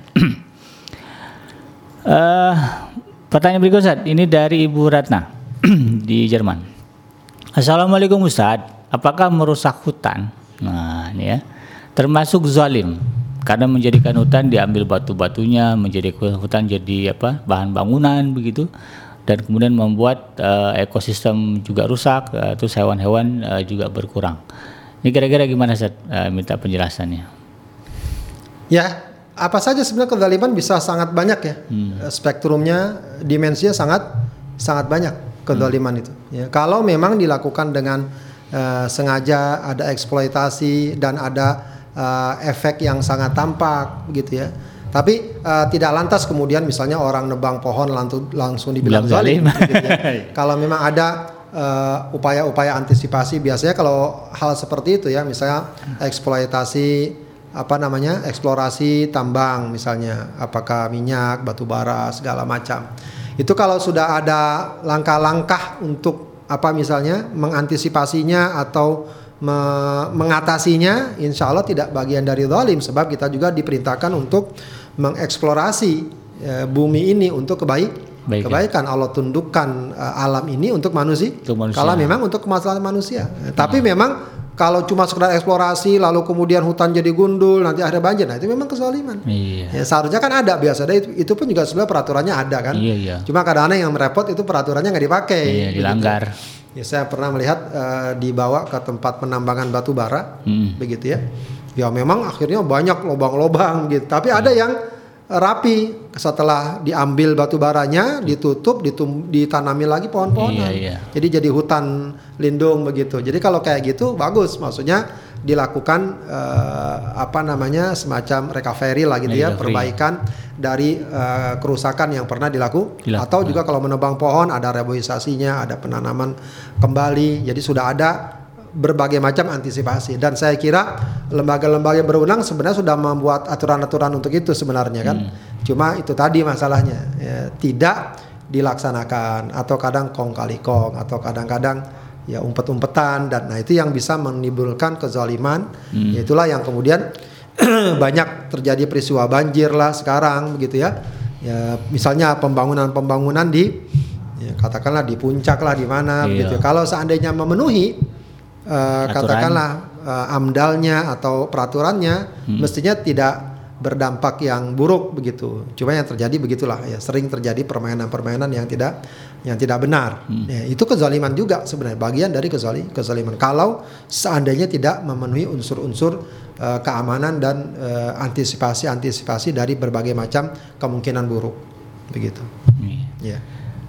Pertanyaan berikut Ustaz, ini dari Ibu Ratna di Jerman. Assalamualaikum Ustaz, apakah merusak hutan? Nah ini ya, termasuk zalim karena menjadikan hutan diambil batu-batunya, menjadi hutan jadi bahan bangunan begitu, dan kemudian membuat ekosistem juga rusak, terus hewan-hewan juga berkurang. Ini kira-kira gimana Ustaz? Minta penjelasannya. Ya, apa saja sebenarnya kezaliman bisa sangat banyak ya. Spektrumnya, dimensinya sangat banyak kezaliman itu. Ya, kalau memang dilakukan dengan sengaja, ada eksploitasi dan ada efek yang sangat tampak gitu ya. Tapi tidak lantas kemudian misalnya orang nebang pohon langsung dibilang zalim gitu ya. Kalau memang ada upaya-upaya antisipasi, biasanya kalau hal seperti itu ya, misalnya eksploitasi eksplorasi tambang misalnya, apakah minyak, batu bara, segala macam. Itu kalau sudah ada langkah-langkah untuk misalnya mengantisipasinya atau mengatasinya, insya Allah tidak bagian dari zalim, sebab kita juga diperintahkan untuk mengeksplorasi bumi ini untuk kebaikan. Allah tundukkan alam ini untuk manusia. Kalau memang untuk kemaslahatan manusia. Tapi memang kalau cuma sekedar eksplorasi lalu kemudian hutan jadi gundul nanti akhirnya banjir, nah itu memang kezaliman. Iya. Ya, seharusnya kan ada biasanya itu pun juga sebenarnya peraturannya ada kan. Iya. Cuma kadang-kadang yang merepot itu peraturannya nggak dipakai. Iya, dilanggar. Ya, saya pernah melihat dibawa ke tempat penambangan batu bara, begitu ya. Ya memang akhirnya banyak lubang-lubang gitu. Tapi ada yang rapi, setelah diambil batu baranya, ditutup, ditanami lagi pohon-pohonan. Iya. Jadi jadi hutan lindung begitu. Jadi kalau kayak gitu bagus, maksudnya dilakukan semacam recovery lah gitu ya, perbaikan dari kerusakan yang pernah dilakukan. Atau juga kalau menebang pohon ada reboisasinya, ada penanaman kembali. Jadi sudah ada berbagai macam antisipasi, dan saya kira lembaga-lembaga yang berwenang sebenarnya sudah membuat aturan-aturan untuk itu sebenarnya kan. Cuma itu tadi masalahnya ya, tidak dilaksanakan atau kadang kong kali kong atau kadang-kadang ya umpet-umpetan, dan nah itu yang bisa menimbulkan kezaliman. Itulah yang kemudian banyak terjadi peristiwa banjir lah sekarang begitu ya. Ya misalnya pembangunan ya, katakanlah di puncak lah di mana begitu. Kalau seandainya memenuhi katakanlah amdalnya atau peraturannya, mestinya tidak berdampak yang buruk begitu. Cuma yang terjadi begitulah ya, sering terjadi permainan-permainan yang tidak benar. Ya, itu kezaliman juga sebenarnya, bagian dari kezaliman. Kalau seandainya tidak memenuhi unsur-unsur keamanan dan antisipasi dari berbagai macam kemungkinan buruk begitu. Ya.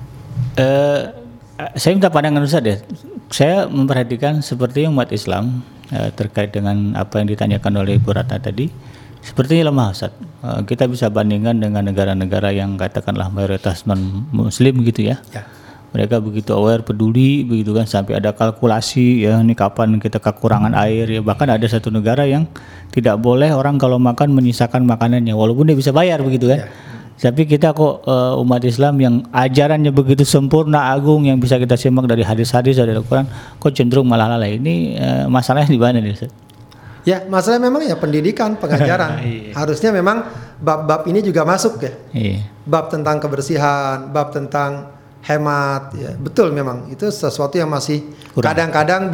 Saya minta pandangan Ustaz ya. Saya memperhatikan seperti umat Islam terkait dengan apa yang ditanyakan oleh Ibu Ratna tadi, sepertinya lemah Ustaz. Kita bisa bandingkan dengan negara-negara yang katakanlah mayoritas non muslim gitu ya. Mereka begitu aware, peduli begitu kan, sampai ada kalkulasi ya, ini kapan kita kekurangan air ya. Bahkan ada satu negara yang tidak boleh orang kalau makan menyisakan makanannya walaupun dia bisa bayar begitu kan. Tapi kita kok umat Islam yang ajarannya begitu sempurna, agung, yang bisa kita simak dari hadis-hadis dari Al-Quran, kok cenderung malah lalai. Ini masalahnya di mana nih Ustaz? Ya, masalah memang ya pendidikan, pengajaran. Harusnya memang bab-bab ini juga masuk ya. Bab tentang kebersihan, bab tentang hemat, ya. Betul memang itu sesuatu yang masih kadang-kadang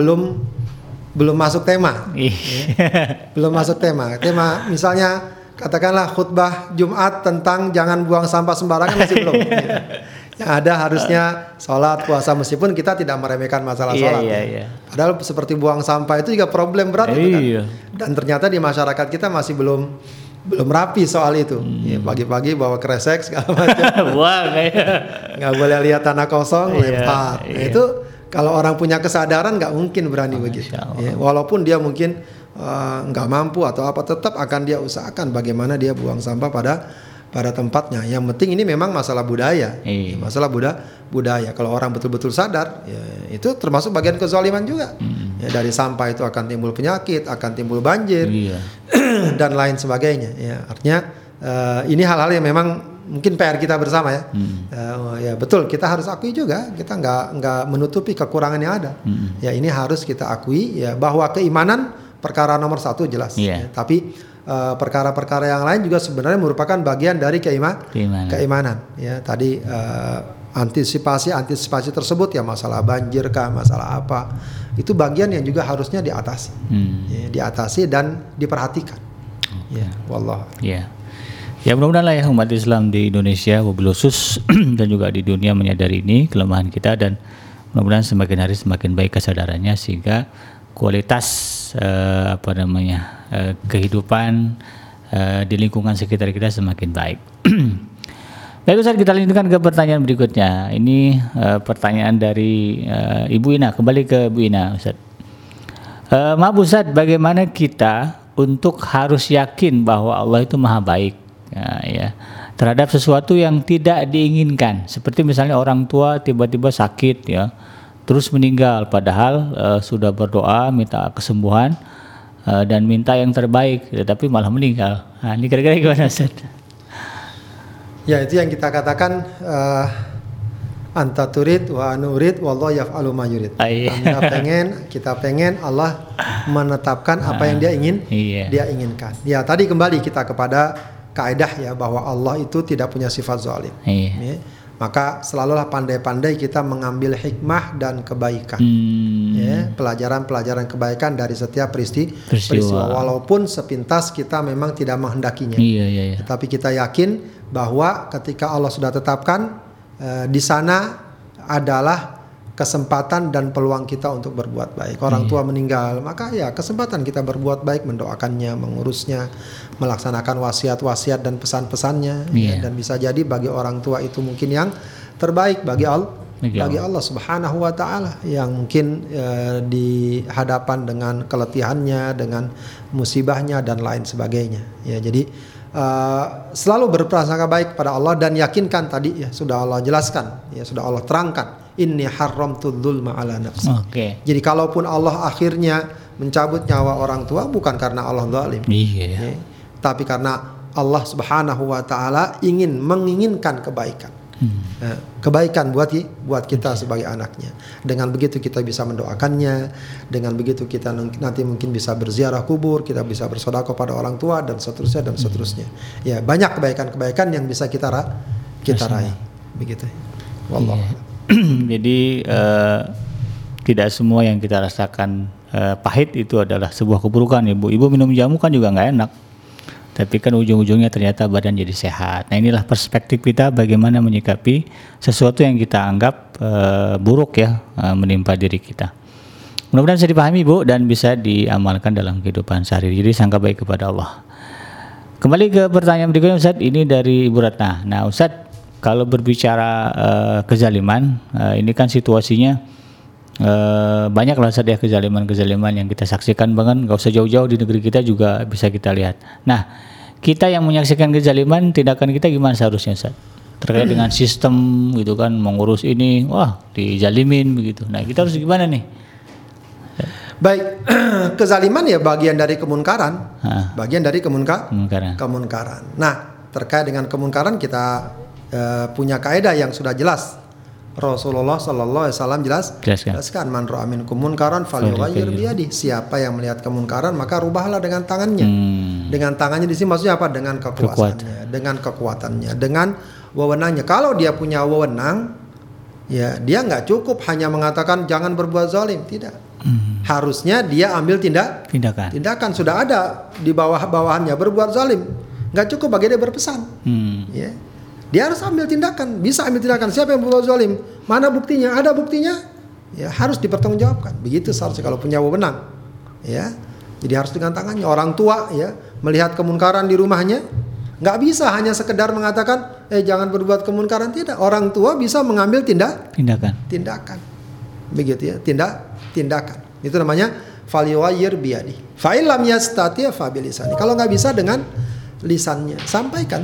belum masuk tema. Ya. Belum masuk tema. Tema misalnya katakanlah khutbah Jumat tentang jangan buang sampah sembarangan masih belum. Ya. Yang ada harusnya sholat, puasa, meskipun kita tidak meremehkan masalah sholat. Padahal seperti buang sampah itu juga problem berat itu kan. Dan ternyata di masyarakat kita masih belum rapi soal itu. Ya, pagi-pagi bawa kresek segala macam. Nggak boleh lihat tanah kosong, lempar. Nah, itu kalau orang punya kesadaran nggak mungkin berani begitu. Ya, walaupun dia mungkin nggak mampu atau apa, tetap akan dia usahakan bagaimana dia buang sampah pada tempatnya. Yang penting ini memang masalah budaya, masalah budaya. Kalau orang betul-betul sadar, ya, itu termasuk bagian kezaliman juga. Ya, dari sampah itu akan timbul penyakit, akan timbul banjir, dan lain sebagainya. Ya, artinya ini hal-hal yang memang mungkin PR kita bersama ya. Ya betul, kita harus akui juga, kita nggak menutupi kekurangan yang ada. Ya ini harus kita akui ya, bahwa keimanan perkara nomor satu jelas. Ya, tapi perkara-perkara yang lain juga sebenarnya merupakan bagian dari keimanan. Ya tadi antisipasi tersebut ya, masalah banjir kah, masalah apa, itu bagian yang juga harusnya diatasi, ya, diatasi dan diperhatikan. Ya, wallah. Ya mudah-mudahan lah ya umat Islam di Indonesia wabil khusus dan juga di dunia menyadari ini kelemahan kita, dan mudah-mudahan semakin hari semakin baik kesadarannya sehingga kualitas kehidupan di lingkungan sekitar kita semakin baik. Baik Ustaz, kita lanjutkan ke pertanyaan berikutnya. Ini pertanyaan dari Ibu Ina. Kembali ke Ibu Ina Ustaz. Maaf Ustaz, bagaimana kita untuk harus yakin bahwa Allah itu maha baik ya, terhadap sesuatu yang tidak diinginkan, seperti misalnya orang tua tiba-tiba sakit ya, terus meninggal, padahal sudah berdoa minta kesembuhan dan minta yang terbaik, tapi malah meninggal. Nah, ini kira-kira gimana Ustaz? Ya itu yang kita katakan anta turid wa nurid wallahu yaf'alu ma yurid. Kita pengen Allah menetapkan apa yang dia inginkan. Ya tadi kembali kita kepada kaidah ya, bahwa Allah itu tidak punya sifat zalim. Ya. Maka selalulah pandai-pandai kita mengambil hikmah dan kebaikan. Ya, pelajaran-pelajaran kebaikan dari setiap peristiwa. Walaupun sepintas kita memang tidak menghendakinya. Iya. Tapi kita yakin bahwa ketika Allah sudah tetapkan, di sana adalah kesempatan dan peluang kita untuk berbuat baik. Orang tua meninggal, maka ya kesempatan kita berbuat baik, mendoakannya, mengurusnya, melaksanakan wasiat-wasiat dan pesan-pesannya. Ya, dan bisa jadi bagi orang tua itu mungkin yang terbaik bagi Allah Subhanahu wa taala, yang mungkin di hadapan dengan keletihannya, dengan musibahnya dan lain sebagainya. Ya, jadi selalu berprasangka baik pada Allah dan yakinkan tadi ya sudah Allah jelaskan, ya sudah Allah terangkan, inni haramtu dzulma ala nafsi. Jadi kalaupun Allah akhirnya mencabut nyawa orang tua bukan karena Allah zalim. Ya, tapi karena Allah Subhanahu wa taala menginginkan kebaikan. Kebaikan buat kita sebagai anaknya. Dengan begitu kita bisa mendoakannya, dengan begitu kita nanti mungkin bisa berziarah kubur, kita bisa bersedekah pada orang tua dan seterusnya. Ya, banyak kebaikan-kebaikan yang bisa kita raih. Begitu. Wallah. Jadi tidak semua yang kita rasakan pahit itu adalah sebuah keburukan. Ibu minum jamu kan juga nggak enak, tapi kan ujung-ujungnya ternyata badan jadi sehat. Nah, inilah perspektif kita bagaimana menyikapi sesuatu yang kita anggap buruk ya menimpa diri kita. Mudah-mudahan bisa dipahami Bu dan bisa diamalkan dalam kehidupan sehari-hari. Jadi sangka baik kepada Allah. Kembali ke pertanyaan berikutnya Ustadz, ini dari Ibu Ratna. Nah Ustadz, kalau berbicara kezaliman, ini kan situasinya banyak lah saja kezaliman yang kita saksikan, bahkan nggak usah jauh-jauh di negeri kita juga bisa kita lihat. Nah, kita yang menyaksikan kezaliman, tindakan kita gimana seharusnya Ustaz? Terkait dengan sistem gitu kan, mengurus ini, wah dijalimin begitu. Nah, kita harus gimana nih? Baik, kezaliman ya bagian dari kemunkaran. Bagian dari kemunkaran. Nah, terkait dengan kemunkaran kita punya kaidah yang sudah jelas. Rasulullah sallallahu alaihi wasallam jelaskan, man ra'a minkum munkaran falyughayyir biyadihi. Siapa yang melihat kemunkaran maka rubahlah dengan tangannya. Dengan tangannya di sini maksudnya apa? Dengan kekuasaannya, dengan kekuatannya, dengan wewenangnya. Kalau dia punya wewenang, ya dia nggak cukup hanya mengatakan jangan berbuat zalim, tidak. Harusnya dia ambil tindakan. Sudah ada di bawah-bawahannya berbuat zalim, nggak cukup bagi dia berpesan. Ya. Dia harus ambil tindakan, bisa ambil tindakan. Siapa yang berbuat zalim? Mana buktinya? Ada buktinya? Ya harus dipertanggungjawabkan. Begitu seharusnya kalau punya wewenang. Ya, jadi harus dengan tangannya. Orang tua ya melihat kemunkaran di rumahnya, nggak bisa hanya sekedar mengatakan, jangan berbuat kemunkaran. Tidak. Orang tua bisa mengambil tindakan. Begitu ya, tindakan. Itu namanya falyughayyir biyadihi. Fa in lam yastati' fa bilisani. Kalau nggak bisa dengan lisannya, sampaikan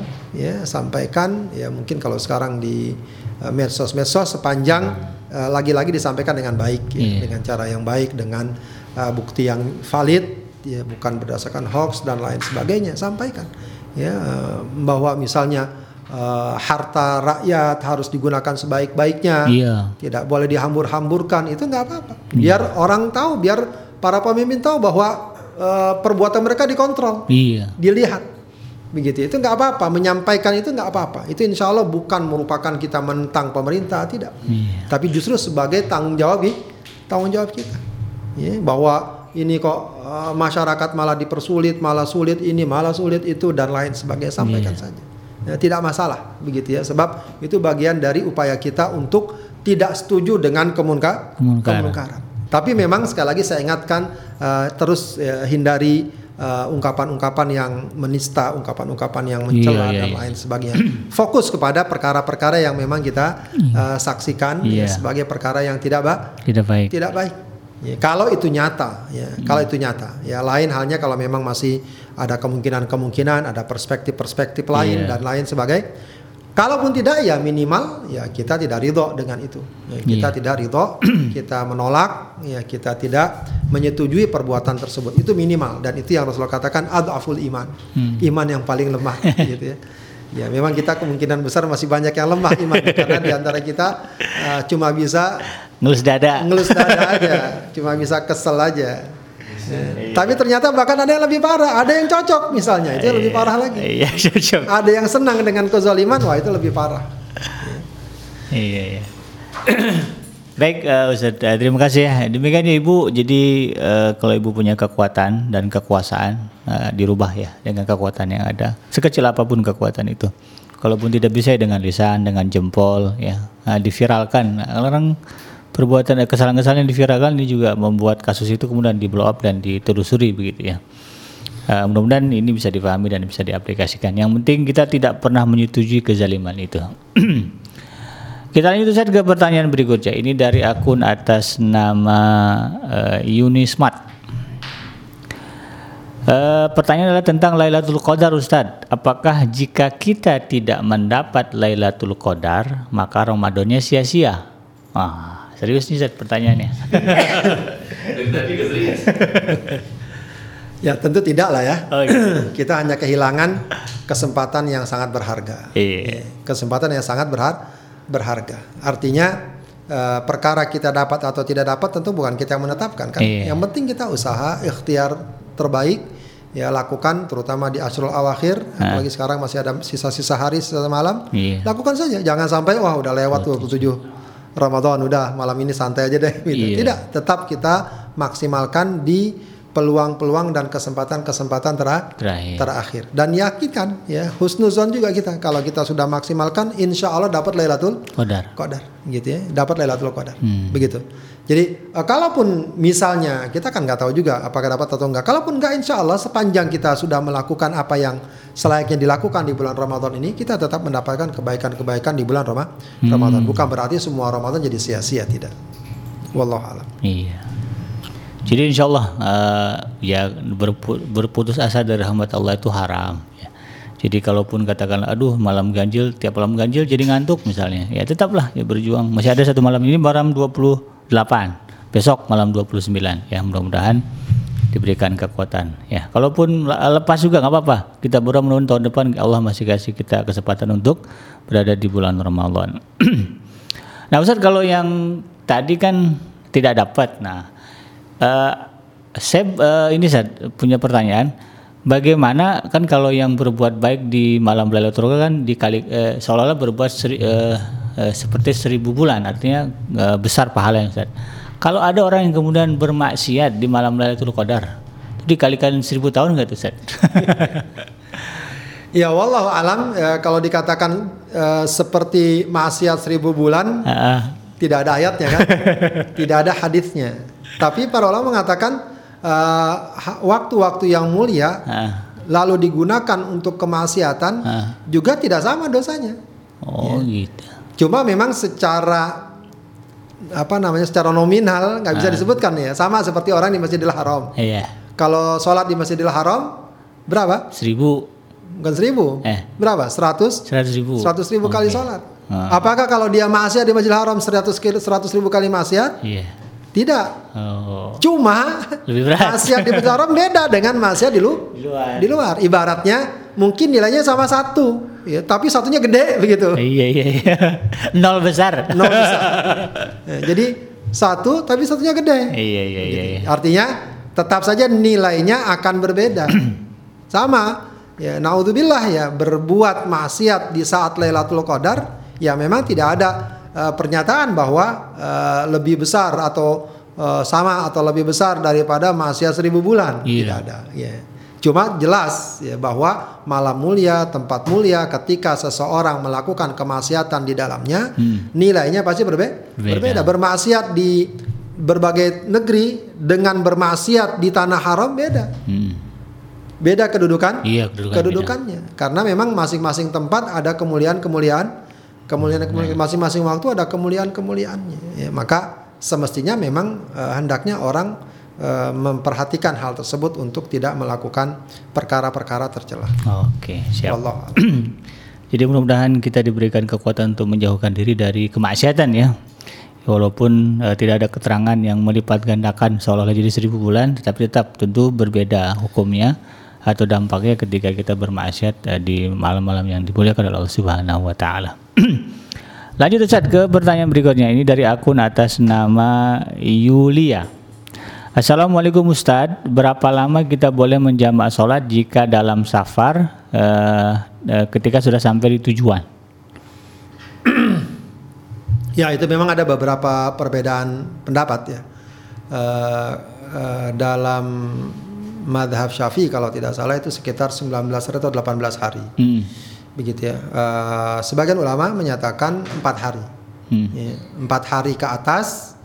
ya mungkin kalau sekarang di medsos sepanjang lagi-lagi disampaikan dengan baik ya, dengan cara yang baik, dengan bukti yang valid ya, bukan berdasarkan hoax dan lain sebagainya. Sampaikan ya bahwa misalnya harta rakyat harus digunakan sebaik-baiknya, tidak boleh dihambur-hamburkan, itu nggak apa-apa. Biar orang tahu, biar para pemimpin tahu bahwa perbuatan mereka dikontrol, dilihat. Begitu, itu nggak apa-apa, menyampaikan itu nggak apa-apa. Itu insya Allah bukan merupakan kita menentang pemerintah, tidak. Tapi justru sebagai tanggung jawab kita. Ya, bahwa ini kok masyarakat malah dipersulit, malah sulit ini, malah sulit itu dan lain sebagainya, sampaikan saja. Ya, tidak masalah, begitu ya. Sebab itu bagian dari upaya kita untuk tidak setuju dengan kemunkaran. Tapi memang sekali lagi saya ingatkan terus hindari ungkapan-ungkapan yang menista, ungkapan-ungkapan yang mencela dan lain sebagainya. Fokus kepada perkara-perkara yang memang kita saksikan sebagai perkara yang tidak baik. Ya, kalau itu nyata, ya lain halnya kalau memang masih ada kemungkinan, ada perspektif lain dan lain sebagainya. Kalaupun tidak, ya minimal ya kita tidak ridho dengan itu. Ya, kita tidak ridho, kita menolak, ya kita tidak menyetujui perbuatan tersebut. Itu minimal, dan itu yang Rasulullah katakan adhaful iman, iman yang paling lemah, gitu ya. Ya memang kita kemungkinan besar masih banyak yang lemah iman karena diantara kita cuma bisa ngelus dada aja, cuma bisa kesel aja. Tapi ternyata bahkan ada yang lebih parah, ada yang cocok misalnya, itu lebih parah lagi. Ada yang senang dengan kezaliman, wah itu lebih parah. Iya. Baik Ustaz, terima kasih ya. Demikian ya Ibu. Jadi kalau Ibu punya kekuatan dan kekuasaan, dirubah ya dengan kekuatan yang ada. Sekecil apapun kekuatan itu. Kalaupun tidak bisa ya dengan lisan, dengan jempol ya, diviralkan. Orang perbuatan kesalahan-kesalahan yang diviralkan ini juga membuat kasus itu kemudian di blow up dan ditelusuri begitu ya. Mudah-mudahan ini bisa dipahami dan bisa diaplikasikan. Yang penting kita tidak pernah menyetujui kezaliman itu. Kita lanjut Ustaz ke pertanyaan berikutnya. Ini dari akun atas nama Yunismat. Pertanyaan adalah tentang Lailatul Qadar Ustaz. Apakah jika kita tidak mendapat Lailatul Qadar maka Ramadannya sia-sia? Serius nih Ustaz pertanyaannya. Ya tentu tidak lah ya. Oh, iya. Kita hanya kehilangan kesempatan yang sangat berharga. Iya. Kesempatan yang sangat berharga. Artinya perkara kita dapat atau tidak dapat tentu bukan kita yang menetapkan kan. Iya. Yang penting kita usaha, ikhtiar terbaik ya lakukan, terutama di Ashrul Awakhir. Apalagi sekarang masih ada sisa-sisa hari, sisa malam. Iya. Lakukan saja, jangan sampai wah udah lewat 27 Ramadan, udah malam ini santai aja deh gitu. Iya. Tidak, tetap kita maksimalkan di peluang-peluang dan kesempatan-kesempatan terakhir. Dan yakinkan ya, husnuzon juga kita. Kalau kita sudah maksimalkan, insya Allah dapat Lailatul Qadar, gitu ya. Dapat Lailatul Qadar, begitu. Jadi kalaupun misalnya kita kan nggak tahu juga apakah dapat atau enggak. Kalaupun enggak, insya Allah sepanjang kita sudah melakukan apa yang selayaknya dilakukan di bulan Ramadan ini, kita tetap mendapatkan kebaikan-kebaikan di bulan Ramadan. Bukan berarti semua Ramadan jadi sia-sia, tidak. Wallahu a'lam. Iya. Jadi insya Allah ya berputus asa dari rahmat Allah itu haram. Ya. Jadi kalaupun katakanlah aduh malam ganjil, tiap malam ganjil jadi ngantuk misalnya, ya tetaplah ya berjuang. Masih ada satu malam ini malam 28, besok malam 29 ya, mudah-mudahan diberikan kekuatan ya. Kalaupun lepas juga nggak apa-apa, kita berdoa tahun depan Allah masih kasih kita kesempatan untuk berada di bulan Ramadan. Nah Ustaz, kalau yang tadi kan tidak dapat, saya saya punya pertanyaan, bagaimana kan kalau yang berbuat baik di malam Lailatul Qadar kan dikali seolah-olah berbuat seperti 1000 bulan, artinya besar pahalanya Ustaz. Kalau ada orang yang kemudian bermaksiat di malam Lailatul Qadar, itu dikalikan 1000 tahun nggak tuh Ustaz? Ya wallahu alam, kalau dikatakan seperti maksiat 1000 bulan, tidak ada ayatnya kan, tidak ada hadisnya. Tapi para ulama mengatakan waktu-waktu yang mulia lalu digunakan untuk kemaksiatan juga tidak sama dosanya. Oh ya. Gitu. Cuma memang secara secara nominal nggak bisa disebutkan ya. Sama seperti orang di Masjidil Haram. Iya. Kalau sholat di Masjidil Haram berapa? 1000. Bukan 1000. Berapa? 100 ribu kali sholat. Apakah kalau dia maksiat di Masjidil Haram 100 ribu kali maksiat? Iya. Tidak. Cuma maksiat di Masjidil Haram beda dengan maksiat di luar. Ibaratnya mungkin nilainya sama 1, ya, tapi satunya gede begitu. Iya. Nol besar. Jadi 1 tapi satunya gede. Iya. Artinya tetap saja nilainya akan berbeda. Sama. Ya, naudzubillah ya, berbuat maksiat di saat Lailatul Qadar ya memang tidak ada pernyataan bahwa lebih besar atau sama atau lebih besar daripada maksiat 1000 bulan. Tidak ada ya. Cuma jelas ya, bahwa malam mulia, tempat mulia, ketika seseorang melakukan kemaksiatan di dalamnya, nilainya pasti berbeda. Bermaksiat di berbagai negeri dengan bermaksiat di tanah haram beda. Beda kedudukannya. Beda. Karena memang masing-masing tempat ada kemuliaan-kemuliaan, masing-masing waktu ada kemuliaan-kemuliaannya. Ya, maka semestinya memang hendaknya orang memperhatikan hal tersebut untuk tidak melakukan perkara-perkara tercela. Oke, siap. Jadi mudah-mudahan kita diberikan kekuatan untuk menjauhkan diri dari kemaksiatan ya. Walaupun tidak ada keterangan yang melipat gandakan seolah-olah jadi 1000 bulan, tetapi tetap tentu berbeda hukumnya atau dampaknya ketika kita bermaksiat di malam-malam yang dimuliakan oleh Allah Subhanahu wa taala. Lanjut Ustaz ke pertanyaan berikutnya, ini dari akun atas nama Yulia. Assalamualaikum Ustaz, berapa lama kita boleh menjamak sholat jika dalam safar ketika sudah sampai di tujuan? Ya, itu memang ada beberapa perbedaan pendapat ya. Dalam madhab Syafi'i kalau tidak salah itu sekitar 19 hari atau 18 hari. Begitu ya. Sebagian ulama menyatakan 4 hari. 4 hari ke atas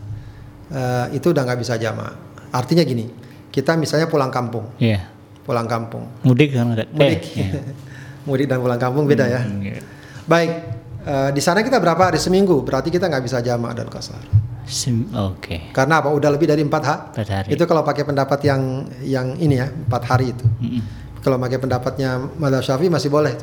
itu udah nggak bisa jamaah. Artinya gini, kita misalnya pulang kampung. Pulang kampung. Mudik kan ada. Mudik dan pulang kampung beda ya. Baik. Di sana kita berapa hari? Seminggu. Berarti kita nggak bisa jamak dan qasar. Oke. Karena apa? Udah lebih dari 4 hari. Itu kalau pakai pendapat yang ini ya, 4 hari itu. Kalau pakai pendapatnya Madzhab Syafi'i masih boleh.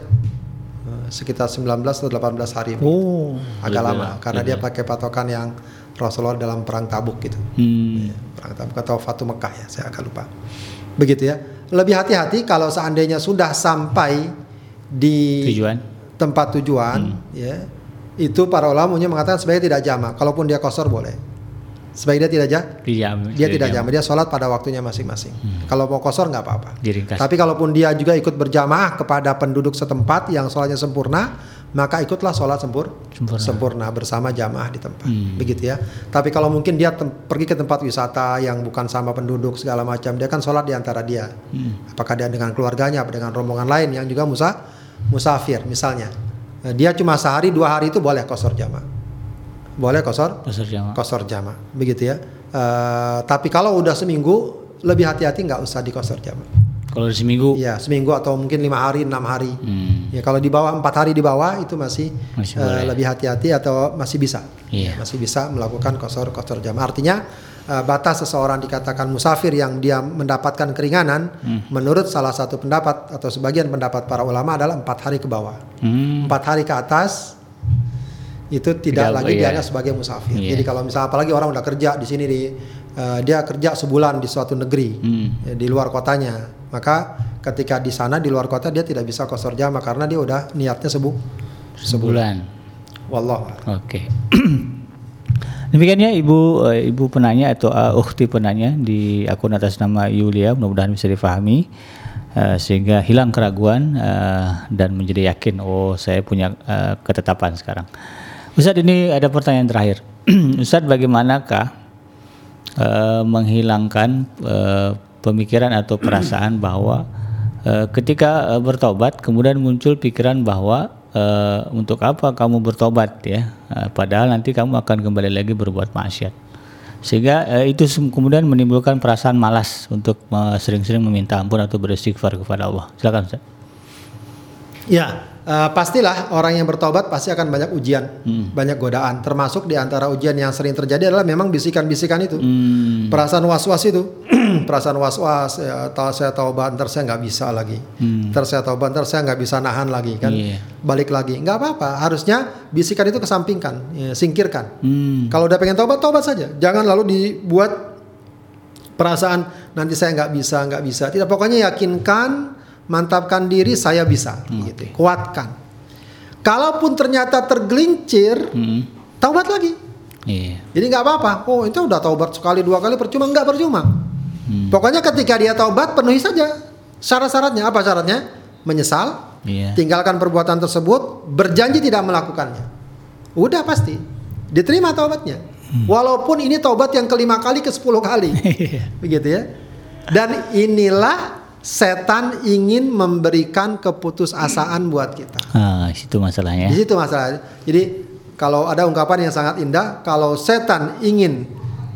Sekitar 19 atau 18 hari. Agak lama karena dia pakai patokan yang Rasulullah dalam perang Tabuk gitu. Perang Tabuk atau Fatu Mekah ya, saya agak lupa. Begitu ya. Lebih hati-hati kalau seandainya sudah sampai di tempat tujuan, ya, itu para ulama mengatakan sebaiknya tidak jamak. Kalaupun dia qasar boleh. Sebaiknya dia tidak jamak. Dia sholat pada waktunya masing-masing. Kalau mau qasar nggak apa-apa. Tapi kalaupun dia juga ikut berjamaah kepada penduduk setempat yang sholatnya sempurna, maka ikutlah sholat sempurna bersama jamaah di tempat. Begitu ya. Tapi kalau mungkin dia pergi ke tempat wisata yang bukan sama penduduk segala macam, dia kan sholat di antara dia. Apakah dia dengan keluarganya, apa dengan rombongan lain yang juga musafir misalnya, dia cuma sehari 2 hari itu boleh qasar jamaah, boleh qasar jamaah, begitu ya. Tapi kalau udah seminggu lebih hati-hati, nggak usah di qasar jamaah. Kalau seminggu? Ya seminggu atau mungkin 5 hari 6 hari. Ya kalau di bawah 4 hari di bawah itu masih lebih hati-hati atau masih bisa, masih bisa melakukan qasar jamaah. Artinya batas seseorang dikatakan musafir yang dia mendapatkan keringanan, menurut salah satu pendapat atau sebagian pendapat para ulama adalah 4 hari ke bawah. 4 hari ke atas itu tidak lagi dianggap sebagai musafir. Jadi kalau misalnya apalagi orang udah kerja di sini dia kerja sebulan di suatu negeri di luar kotanya, maka ketika di sana di luar kota dia tidak bisa qasar jamaah karena dia udah niatnya sebulan. Wallah. Oke. Demikian ya ibu penanya atau ukhti penanya di akun atas nama Yulia, mudah-mudahan bisa difahami sehingga hilang keraguan dan menjadi yakin saya punya ketetapan sekarang. Ustadz, ini ada pertanyaan terakhir. Ustadz, bagaimanakah menghilangkan pemikiran atau perasaan bahwa ketika bertobat kemudian muncul pikiran bahwa untuk apa kamu bertobat ya, padahal nanti kamu akan kembali lagi berbuat maksiat, sehingga itu kemudian menimbulkan perasaan malas untuk sering-sering meminta ampun atau beristighfar kepada Allah. Silakan Ustaz. Ya, pastilah orang yang bertobat pasti akan banyak ujian, banyak godaan. Termasuk di antara ujian yang sering terjadi adalah memang bisikan-bisikan itu, perasaan was-was itu, perasaan was-was. Ya, saya taubat, ntar saya nggak bisa lagi. Ntar saya taubat, ntar saya nggak bisa nahan lagi kan, balik lagi. Nggak apa-apa. Harusnya bisikan itu kesampingkan, singkirkan. Kalau udah pengen taubat saja. Jangan lalu dibuat perasaan nanti saya nggak bisa. Tidak, pokoknya yakinkan. Mantapkan diri, saya bisa, gitu. Kuatkan. Kalaupun ternyata tergelincir, taubat lagi. Jadi nggak apa-apa. Oh, itu udah taubat sekali 2 kali percuma, nggak percuma. Pokoknya ketika dia taubat penuhi saja syarat-syaratnya. Apa syaratnya? Menyesal, tinggalkan perbuatan tersebut, berjanji tidak melakukannya. Udah pasti diterima taubatnya. Walaupun ini taubat yang ke-5 kali, ke-10 kali, begitu ya. Dan inilah setan ingin memberikan keputusasaan buat kita. Situ masalahnya. Di situ masalahnya. Jadi kalau ada ungkapan yang sangat indah, kalau setan ingin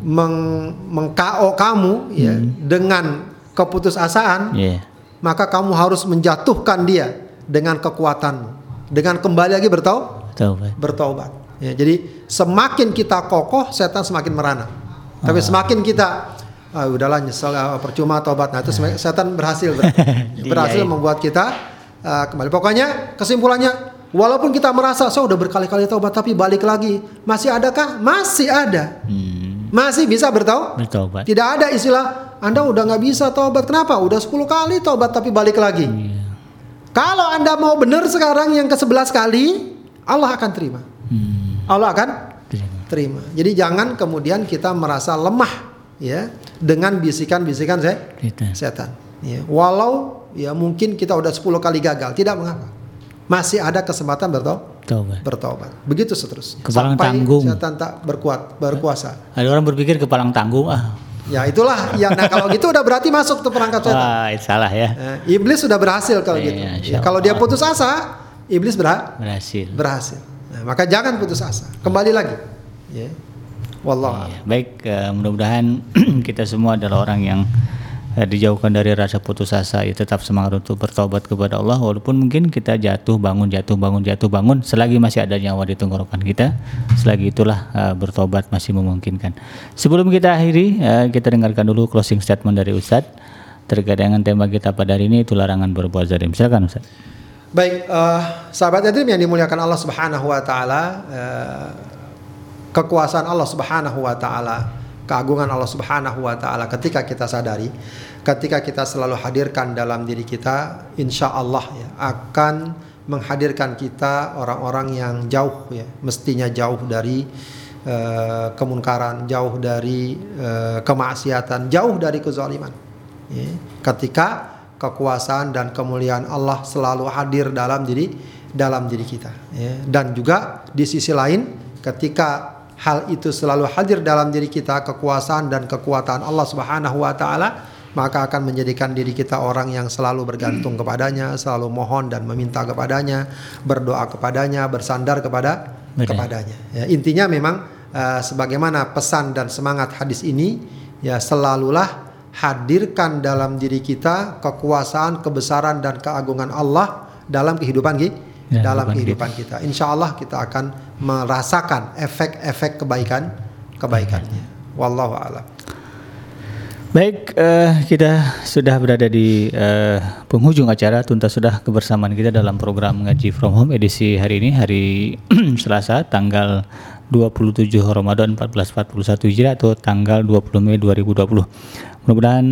meng-KO kamu ya dengan keputusasaan, maka kamu harus menjatuhkan dia dengan kekuatanmu, dengan kembali lagi bertaubat. Ya, jadi semakin kita kokoh, setan semakin merana. Tapi semakin kita udahlah nyesel, percuma taubat. Nah itu setan berhasil membuat kita kembali. Pokoknya kesimpulannya, walaupun kita merasa saya udah berkali-kali taubat tapi balik lagi, masih adakah? Masih ada. Masih bisa bertaubat. Tidak ada istilah Anda udah nggak bisa taubat. Kenapa? Udah 10 kali taubat tapi balik lagi. Kalau Anda mau benar sekarang yang ke-11 kali, Allah akan terima. Allah akan terima. Jadi jangan kemudian kita merasa lemah ya dengan bisikan-bisikan setan. Ya, walau ya mungkin kita udah 10 kali gagal, tidak mengapa. Masih ada kesempatan bertaubat. Begitu seterusnya. Kepalang sampai tanggung. setan tak berkuasa. Ada orang berpikir kepalang tanggung Ya itulah. Ya, nah kalau gitu udah berarti masuk tuh perangkat setan. Salah ya. Iblis sudah berhasil kalau gitu. Ya, kalau dia putus asa, iblis berhasil. Nah, maka jangan putus asa. Kembali lagi. Ya. Wallah. Baik, mudah-mudahan kita semua adalah orang yang dijauhkan dari rasa putus asa, ya tetap semangat untuk bertobat kepada Allah walaupun mungkin kita jatuh bangun selagi masih ada nyawa di tenggorokan kita, selagi itulah bertobat masih memungkinkan. Sebelum kita akhiri, kita dengarkan dulu closing statement dari Ustadz terkait dengan tema kita pada hari ini, itu larangan berbuat zalim. Silakan Ustadz. Baik, sahabat Yatim yang dimuliakan Allah Subhanahu wa taala, kekuasaan Allah Subhanahu wa taala, keagungan Allah Subhanahu wa taala ketika kita sadari, ketika kita selalu hadirkan dalam diri kita, insya Allah ya, akan menghadirkan kita orang-orang yang jauh ya, mestinya jauh dari kemunkaran, jauh dari kemaksiatan, jauh dari kezaliman. Ya. Ketika kekuasaan dan kemuliaan Allah selalu hadir dalam diri kita. Ya. Dan juga di sisi lain, ketika hal itu selalu hadir dalam diri kita, kekuasaan dan kekuatan Allah Subhanahu wa taala, maka akan menjadikan diri kita orang yang selalu bergantung kepadanya, selalu mohon dan meminta kepadanya, berdoa kepadanya, bersandar kepadanya. Ya, intinya memang sebagaimana pesan dan semangat hadis ini, ya selalulah hadirkan dalam diri kita kekuasaan, kebesaran dan keagungan Allah dalam kehidupan kita. Insya Allah kita akan merasakan efek-efek kebaikannya. Wallahu a'lam. Baik, kita sudah berada di penghujung acara. Tuntas sudah kebersamaan kita dalam program Ngaji From Home edisi hari ini, hari Selasa tanggal 27 Ramadan 1441 Hijriah atau tanggal 20 Mei 2020. Mudah-mudahan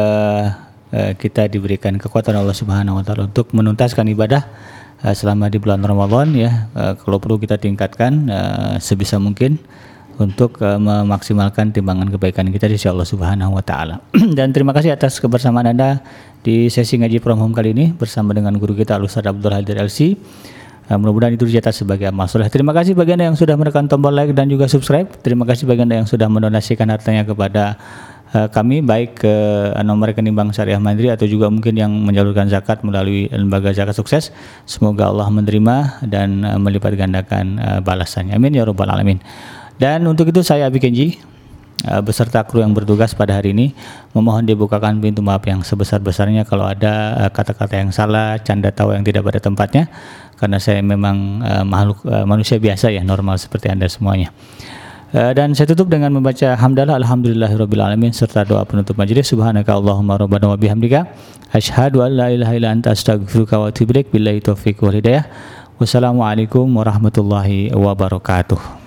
kita diberikan kekuatan Allah Subhanahu wa taala untuk menuntaskan ibadah selama di bulan Ramadan ya. Kalau perlu kita tingkatkan sebisa mungkin untuk memaksimalkan timbangan kebaikan kita di sisi Allah Subhanahu wa taala. Dan terima kasih atas kebersamaan Anda di sesi Ngaji From Home kali ini bersama dengan guru kita Al-Ustadz Abdul Hadir LC. Mudah-mudahan itu dicatat sebagai amal soleh. Terima kasih bagi Anda yang sudah menekan tombol like dan juga subscribe. Terima kasih bagi Anda yang sudah mendonasikan hartanya kepada kami, baik ke nomor rekening Bank Syariah Mandiri atau juga mungkin yang menyalurkan zakat melalui lembaga zakat sukses. Semoga Allah menerima dan melipat gandakan balasannya. Amin ya rabbal alamin. Dan untuk itu saya Abi Kenji beserta kru yang bertugas pada hari ini memohon dibukakan pintu maaf yang sebesar-besarnya kalau ada kata-kata yang salah, canda tawa yang tidak pada tempatnya, karena saya memang manusia biasa ya, normal seperti Anda semuanya. Dan saya tutup dengan membaca hamdalah alhamdulillahirabbil alamin serta doa penutup majelis. Subhanaka Allahumma rabbana wa bihamdika asyhadu an la ilaha illa anta astaghfiruka wa atubu ilaik. Billahi taufiq wal hidayah. Wassalamualaikum warahmatullahi wabarakatuh.